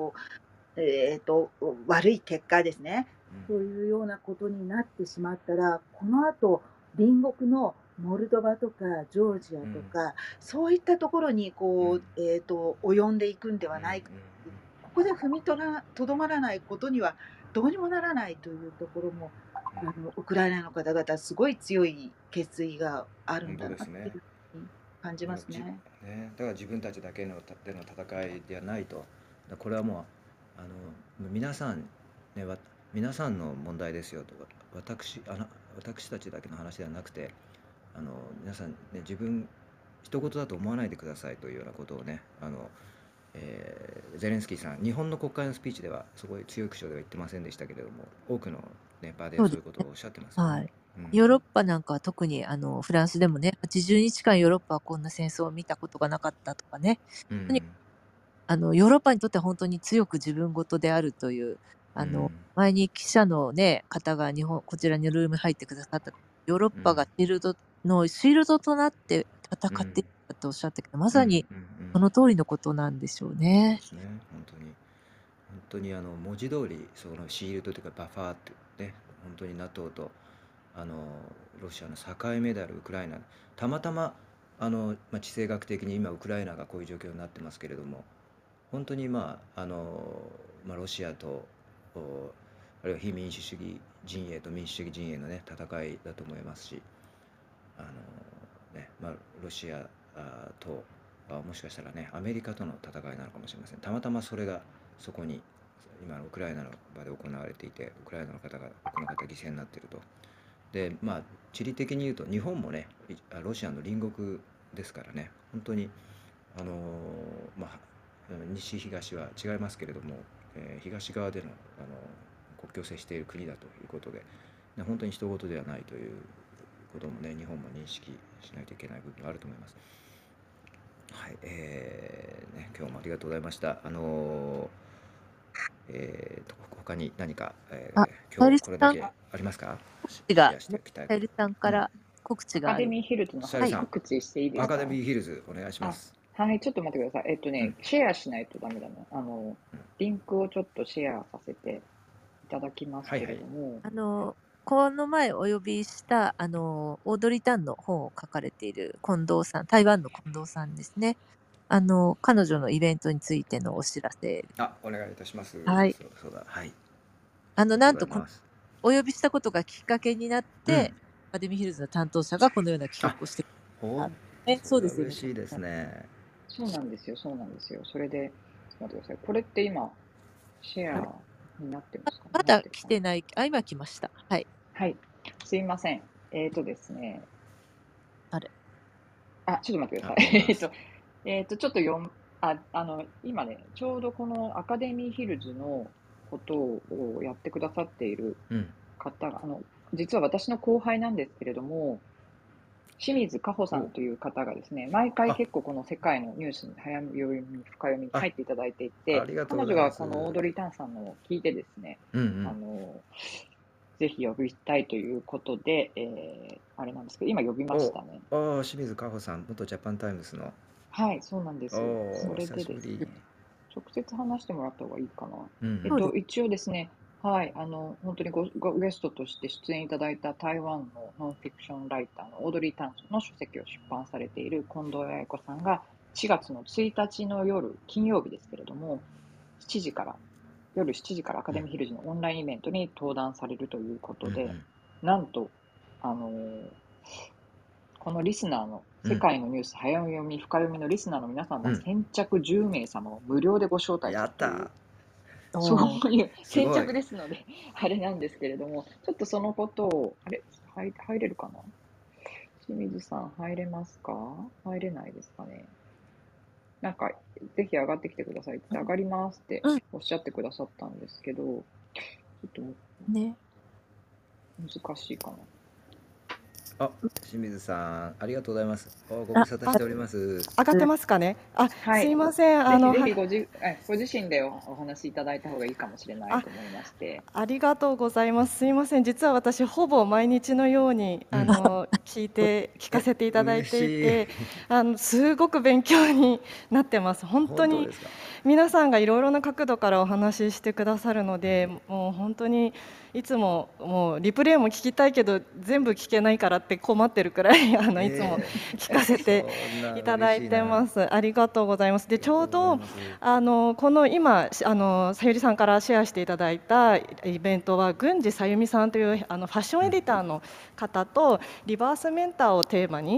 悪い結果ですね、そういうようなことになってしまったら、この後隣国のモルドバとかジョージアとか、そういったところに及んでいくんではないか。ここでとどまらないことにはどうにもならないというところも、ウクライナの方々、すごい強い決意があるん本だなっていう当ですね。 ふうに感じますね。 だから自分たちだけの戦いではないと。これはもう皆さん、ね、皆さんの問題ですよと。私たちだけの話ではなくて、皆さん、ね、人事だと思わないでくださいというようなことをね、ゼレンスキーさん、日本の国会のスピーチではすごい強い口調では言ってませんでしたけれども、多くの、場でそういうことをおっしゃってますよね。 ヨーロッパなんかは特にフランスでもね、80日間ヨーロッパはこんな戦争を見たことがなかったとかね、ヨーロッパにとっては本当に強く自分事であるという、前に記者の、方がこちらにルーム入ってくださった、ヨーロッパがシールドとなって戦っていったとおっしゃったけど、まさにその通りのことなんでしょうね。 そうですね、本当に文字通りそのシールドというかバッファーってね、本当に NATO とロシアの境目であるウクライナ、たまたま地政学的に今ウクライナがこういう状況になってますけれども、本当にロシアとあるいは非民主主義陣営と民主主義陣営のね戦いだと思いますし、ロシアともしかしたらねアメリカとの戦いなのかもしれません。たまたまそれがそこに今のウクライナの場で行われていて、ウクライナの方がこの方犠牲になっているとで、地理的に言うと日本もね、ロシアの隣国ですからね、本当にあの西東は違いますけれども、東側での、国境を接している国だということで、ね、本当に人事ではないということもね、日本も認識しないといけない部分があると思います。はい、今日もありがとうございました。他に何か、今日これだけありますか？ さゆりさんから告知がアカデミーヒルズの告知していいですか？ アカデミーヒルズお願いします。 はい、ちょっと待ってください。シェアしないとダメだな。リンクをちょっとシェアさせていただきますけれども、 この前お呼びしたオードリー・タンの本を書かれている近藤さん、台湾の近藤さんですね。彼女のイベントについてのお知らせ。 お願いいたします。 はい。 そうだ。はい。 なんとお呼びしたことがきっかけになって、アカデミーヒルズの担当者がこのような企画をしてくれた。そうですよね。 嬉しいですね。 そうなんですよ。それで、ちょっと待ってください。これって今、シェアになってますかね？ まだ来てない。今来ました。はい。 はい。すいません。ですね。ちょっと待ってください。ちょっと今ね、ちょうどこのアカデミーヒルズのことをやってくださっている方が、実は私の後輩なんですけれども、清水果歩さんという方がですね、毎回結構この世界のニュースに早読み、深読みに入っていただいていて、彼女がこのオードリー・タンさんのを聞いてですね、ぜひ呼びたいということで、あれなんですけど、今呼びましたね。 清水果歩さん、元ジャパンタイムズの。 はい、そうなんです。それでですね、直接話してもらった方がいいかな。一応ですね、はい、本当にゲストとして出演いただいた台湾のノンフィクションライターのオードリー・タンの書籍を出版されている近藤八重子さんが4月の1日の夜、金曜日ですけれども、夜7時からアカデミーヒルズのオンラインイベントに登壇されるということで、なんと、このリスナーの世界のニュース、早読み、深読みのリスナーの皆さんの先着10名様を無料でご招待するという、そういう先着ですので、あれなんですけれども、ちょっとそのことを、入れるかな？清水さん、入れますか？入れないですかね。なんか、ぜひ上がってきてくださいって、上がりますっておっしゃってくださったんですけど、ちょっと難しいかな。 清水さん、ありがとうございます。ご無沙汰しております。 上がってますかね。すいません。 ぜひご自身でお話しいただいた方がいいかもしれないと思いまして。 ありがとうございます。すいません。実は私ほぼ毎日のように聞かせていただいていて、すごく勉強になってます。本当に皆さんがいろいろな角度からお話ししてくださるので、もう本当にいつももうリプレイも聞きたいけど全部聞けないからって困ってるくらいいつも聞かせていただいてます。ありがとうございます。でちょうどこの今さゆりさんからシェアしていただいたイベントは郡司さゆみさんというファッションエディターの方とリバースメンターをテーマに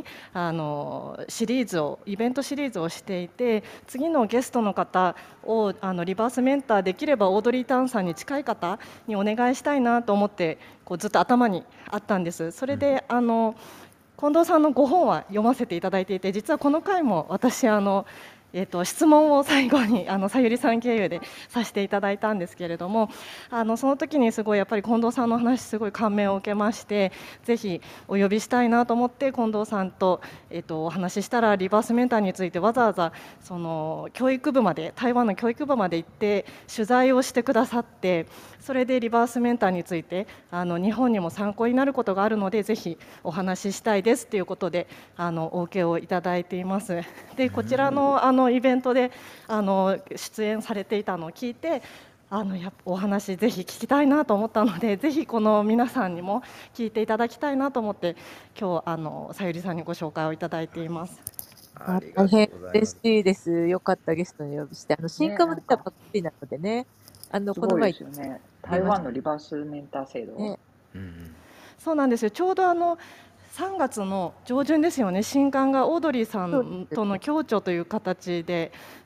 イベントシリーズをしていて、次のゲストの方をリバースメンターできればオードリー・タンさんに近い方にお願いしたいなと思ってずっと頭にあったんです。それで近藤さんのご本は読ませていただいていて、実はこの回も私質問を最後にさゆりさん経由でさせていただいたんですけれども、その時にすごいやっぱり近藤さんの話すごい感銘を受けまして、ぜひお呼びしたいなと思って近藤さんと、お話ししたらリバースメンターについてわざわざその台湾の教育部まで行って取材をしてくださって、それでリバースメンターについて日本にも参考になることがあるのでぜひお話ししたいですということでお受けをいただいています。でこちらのイベントで出演されていたのを聞いてお話ぜひ聞きたいなと思ったので、ぜひこの皆さんにも聞いていただきたいなと思って今日さゆりさんにご紹介をいただいています。 大変嬉しいです。よかったゲストにお呼びして新刊も出たばっかりなのでね。 この前ですよね。台湾のリバースメンター制度。 そうなんですよ。ちょうど3月の上旬ですよね。新刊がオードリーさんとの共著という形で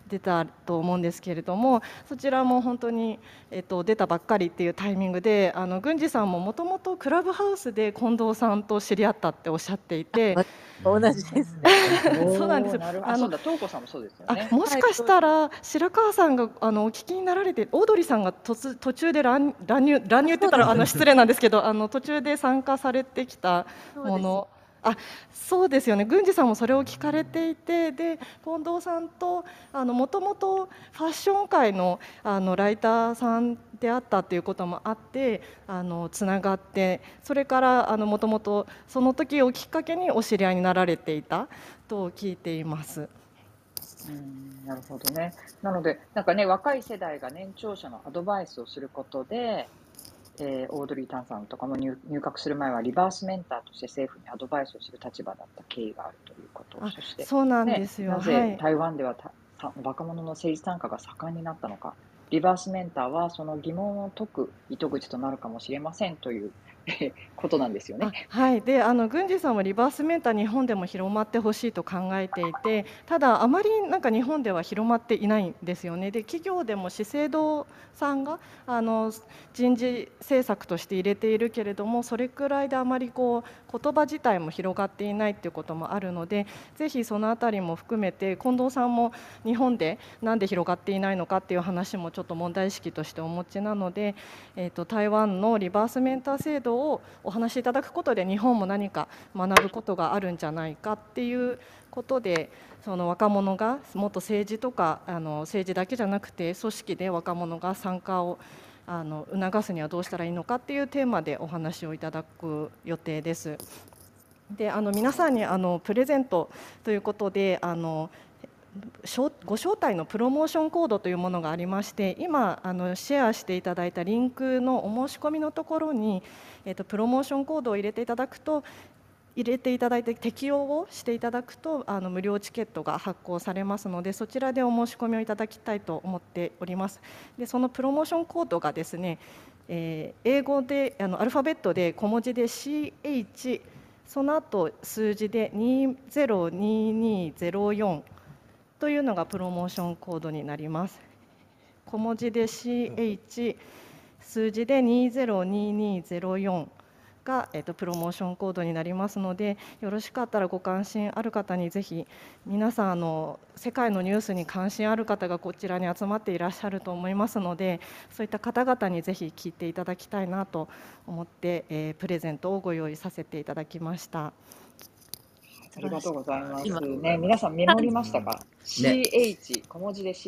出たと思うんですけれども、そちらも本当に、出たばっかりっていうタイミングで、郡司さんももともとクラブハウスで近藤さんと知り合ったっておっしゃっていて、 同じですね。 そうなんですよ。 なるほど。そうだ、東子さんもそうですよね。 もしかしたら白川さんがお聞きになられて、オードリーさんが途中で乱入って言ったら失礼なんですけど、途中で参加されてきたもの。そうですよね。郡司さんもそれを聞かれていて、で近藤さんともともとファッション界のライターさんであったということもあってつながって、それからもともとその時をきっかけにお知り合いになられていたと聞いています。 なるほどね。なのでなんかね、若い世代が年長者のアドバイスをすることで、オードリー・タンさんとかも入閣する前はリバースメンターとして政府にアドバイスをする立場だった経緯があるということを、そして、 そうなんですよ。 なぜ台湾では若者の政治参加が盛んになったのか、リバースメンターはその疑問を解く糸口となるかもしれませんということなんですよね。 はい、で郡司さんはリバースメンター日本でも広まってほしいと考えていて、ただあまりなんか日本では広まっていないんですよね。で企業でも資生堂さんが人事政策として入れているけれども、それくらいであまり言葉自体も広がっていないということもあるので、ぜひそのあたりも含めて近藤さんも日本でなんで広がっていないのかっていう話もちょっと問題意識としてお持ちなので、台湾のリバースメンター制度をお話しいただくことで日本も何か学ぶことがあるんじゃないかっていうことで、その若者がもっと政治とか政治だけじゃなくて組織で若者が参加を促すにはどうしたらいいのかっていうテーマでお話をいただく予定です。で皆さんにプレゼントということでご招待のプロモーションコードというものがありまして、今シェアしていただいたリンクのお申し込みのところに、プロモーションコードを入れていただいて適用をしていただくと無料チケットが発行されますので、そちらでお申し込みをいただきたいと思っております。でそのプロモーションコードがですね、英語でアルファベットで小文字で CH、 その後数字で202204というのがプロモーションコードになります。小文字で CH、 数字で202204が、プロモーションコードになりますので、よろしかったらご関心ある方にぜひ、皆さん世界のニュースに関心ある方がこちらに集まっていらっしゃると思いますので、そういった方々にぜひ聞いていただきたいなと思って、プレゼントをご用意させていただきました。 ありがとうございます。ね、皆さんメモりましたか？CH、小文字で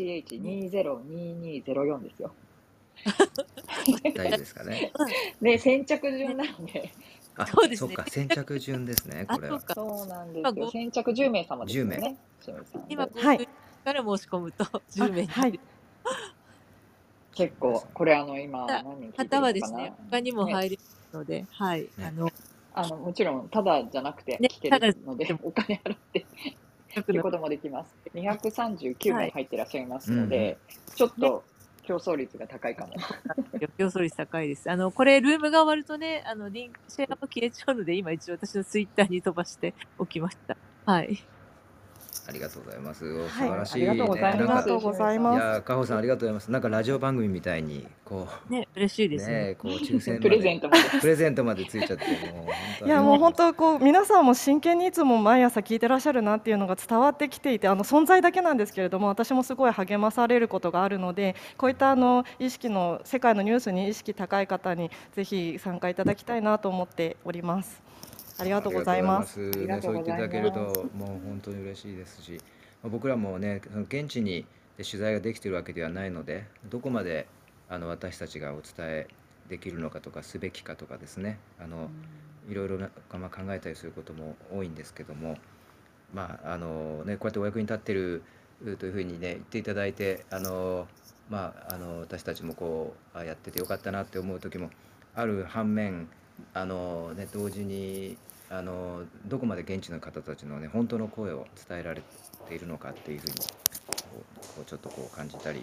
CH202204 ですよ。 大丈夫ですかね。 ね、先着順なので。 そうですね。 そうか、先着順ですね、これは。 そうなんですよ。先着10名様ですよね。 今から申し込むと10名。 はい。 結構これ今何人聞いてるのかな。 方はですね、他にも入れるので、はい。 もちろんただじゃなくて聞けるので、お金払って聞くこともできます。239名入ってらっしゃいますので、ちょっと競争率が高いかも。 競争率高いです。これルームが終わるとね、リンクシェアも消えちゃうので、今一応私のツイッターに飛ばしておきました。はい。 ありがとうございます。素晴らしい、 ありがとうございます。 いや、かほさんありがとうございます。なんかラジオ番組みたいにね、嬉しいですね。 抽選プレゼントまでついちゃって、 いやもう本当皆さんも真剣にいつも毎朝聞いてらっしゃるなっていうのが伝わってきていて、存在だけなんですけれども、私もすごい励まされることがあるので、こういった意識の世界のニュースに意識高い方にぜひ参加いただきたいなと思っております。ありがとうございます。 そう言っていただけるともう本当に嬉しいですし、僕らもね、現地に取材ができているわけではないので、どこまで私たちがお伝えできるのかとかすべきかとかですね、いろいろな、考えたりすることも多いんですけども、こうやってお役に立ってるというふうにね言っていただいて、私たちもこうやっててよかったなって思う時もある反面、同時にどこまで現地の方たちのね本当の声を伝えられているのかっていうふうにちょっと感じたり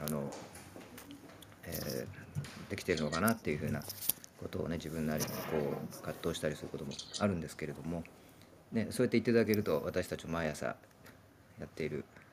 できているのかなっていうふうなことをね、自分なりに葛藤したりすることもあるんですけれども、ね、そうやって言っていただけると、私たちも毎朝やっている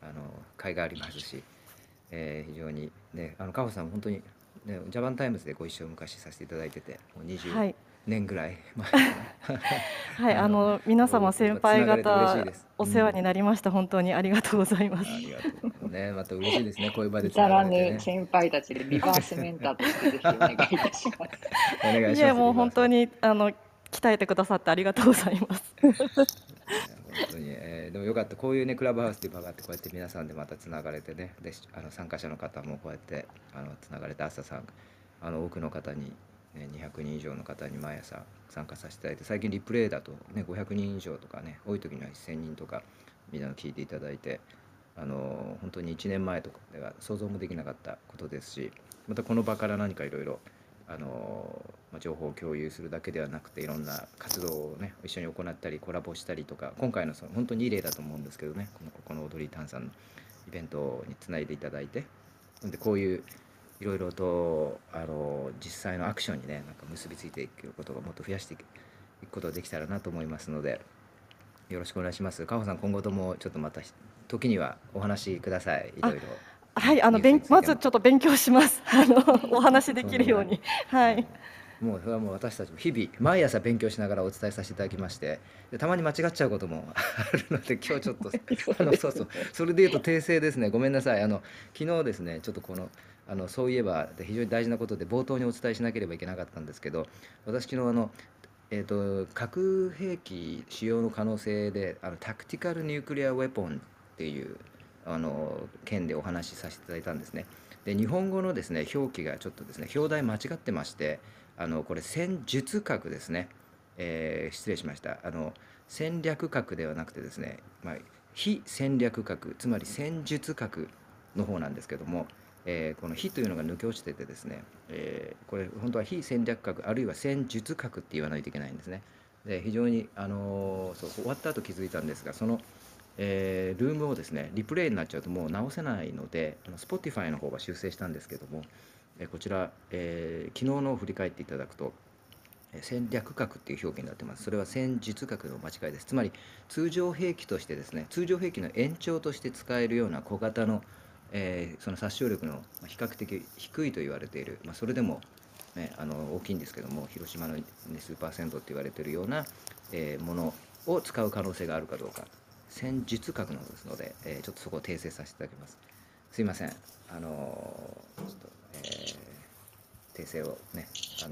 甲斐がありますし、非常にね、カホさんも本当に、ね、ジャパンタイムズでご一緒昔させていただいてて、もう20 はい、 年ぐらい前はい、皆様先輩方お世話になりました。本当にありがとうございます。 ありがとうね、また嬉しいですね、こういう場でつさらながれてね。 に先輩たちでリバースメンターとしてぜひお願いいたします。 お願いします。 いえ、もう本当に鍛えてくださってありがとうございます。 本当に、でもよかった、こういうねクラブハウスで場があって、こうやって皆さんでまたつながれてね、で参加者の方もこうやってつながれて、朝さん多くの方に、ね、200人以上の方に毎朝参加させていただいて、最近リプレイだと、ね、500人以上とかね、多い時には1000人とかみんな聞いていただいて、本当に1年前とかでは想像もできなかったことですし、またこの場から何かいろいろ情報を共有するだけではなくて、いろんな活動をね一緒に行ったりコラボしたりとか、今回の本当にいい例だと思うんですけどね、このオードリー・タンさんのイベントにつないでいただいて、でこういういろいろと実際のアクションにねなんか結びついていくことがもっと増やしていくことができたらなと思いますので、よろしくお願いします。カホさん、今後ともちょっとまた時にはお話しください。いろいろ。 はい、まずちょっと勉強します。お話できるように。はい。 もうそれはもう私たちも日々毎朝勉強しながらお伝えさせていただきまして、でたまに間違っちゃうこともあるので、今日ちょっとそれでいうと訂正ですね、ごめんなさい。昨日ですね、ちょっとそういえば非常に大事なことで冒頭にお伝えしなければいけなかったんですけど、私昨日核兵器使用の可能性でタクティカルニュークリアウェポンっていう件でお話しさせていただいたんですね。で日本語のですね表記がちょっとですね表題間違ってまして、これ戦術核ですね、失礼しました。戦略核ではなくてですね、非戦略核、つまり戦術核の方なんですけども、この非というのが抜け落ちててですね、これ本当は非戦略核あるいは戦術核って言わないといけないんですね。で非常に終わった後気づいたんですが、ルームをですねリプレイになっちゃうともう直せないので、Spotify の方が修正したんですけども、こちら、昨日のを振り返っていただくと、戦略核っていう表記になってます。それは戦術核の間違いです。つまり通常兵器としてですね、通常兵器の延長として使えるような小型の、その殺傷力の比較的低いと言われている、それでも、ね、大きいんですけども、広島の、数パーセントって言われているような、ものを使う可能性があるかどうか、戦術核の方ですので、ちょっとそこを訂正させていただきます。すいません。ちょっと、訂正をね、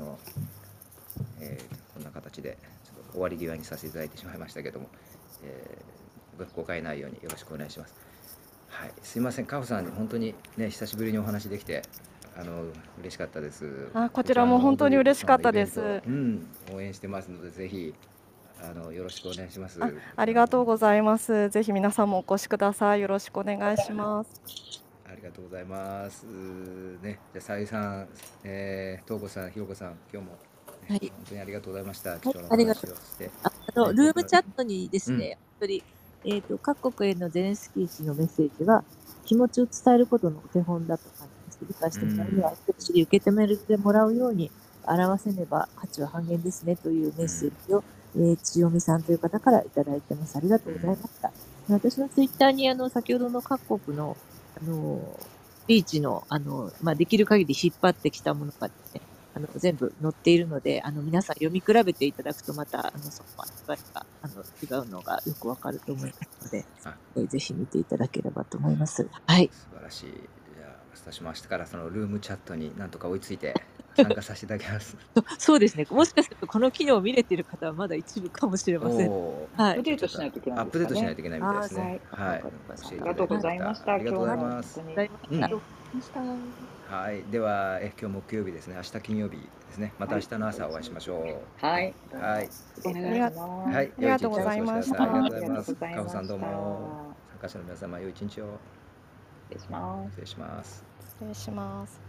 こんな形でちょっと終わり際にさせていただいてしまいましたけども、誤解ないようによろしくお願いします。はい、すいません。カホさんに本当にね久しぶりにお話できて嬉しかったです。 こちらも本当に嬉しかったです。 応援してますので、ぜひよろしくお願いします。 ありがとうございます。ぜひ皆さんもお越しください。よろしくお願いします。 ありがとうございます。ね、じゃあさゆさん、東子さん、ひろこさん、今日も、 はい、 本当にありがとうございました。 貴重なお話をして、ルームチャットにですね、本当に各国へのゼレンスキー氏のメッセージは気持ちを伝えることのお手本だと感じます。理解してもらうには一緒に受け止めてもらうように表せねば価値は半減ですねというメッセージを、千代美さんという方からいただいてます。ありがとうございました。私のツイッターに先ほどの各国のリーチのできる限り引っ張ってきたものがですね、全部載っているので、皆さん読み比べていただくとまたその扱いが違うのがよくわかると思いますので、ぜひ見ていただければと思います。はい。 素晴らしい。じゃあ私も明日からそのルームチャットになんとか追いついて参加させていただきます。 そうですね。もしかするとこの機能を見れている方はまだ一部かもしれません。 アップデートしないといけないですね。アップデートしないといけないみたいですね。 はい。ありがとうございました。 ありがとうございます。 はい。では今日木曜日ですね。明日金曜日ですね。また明日の朝お会いしましょう。 はい。 はい。 お願いします。 はい。 ありがとうございました。 ありがとうございます。カホさんどうも。参加者の皆様良い一日を。 失礼します。 失礼します。 失礼します。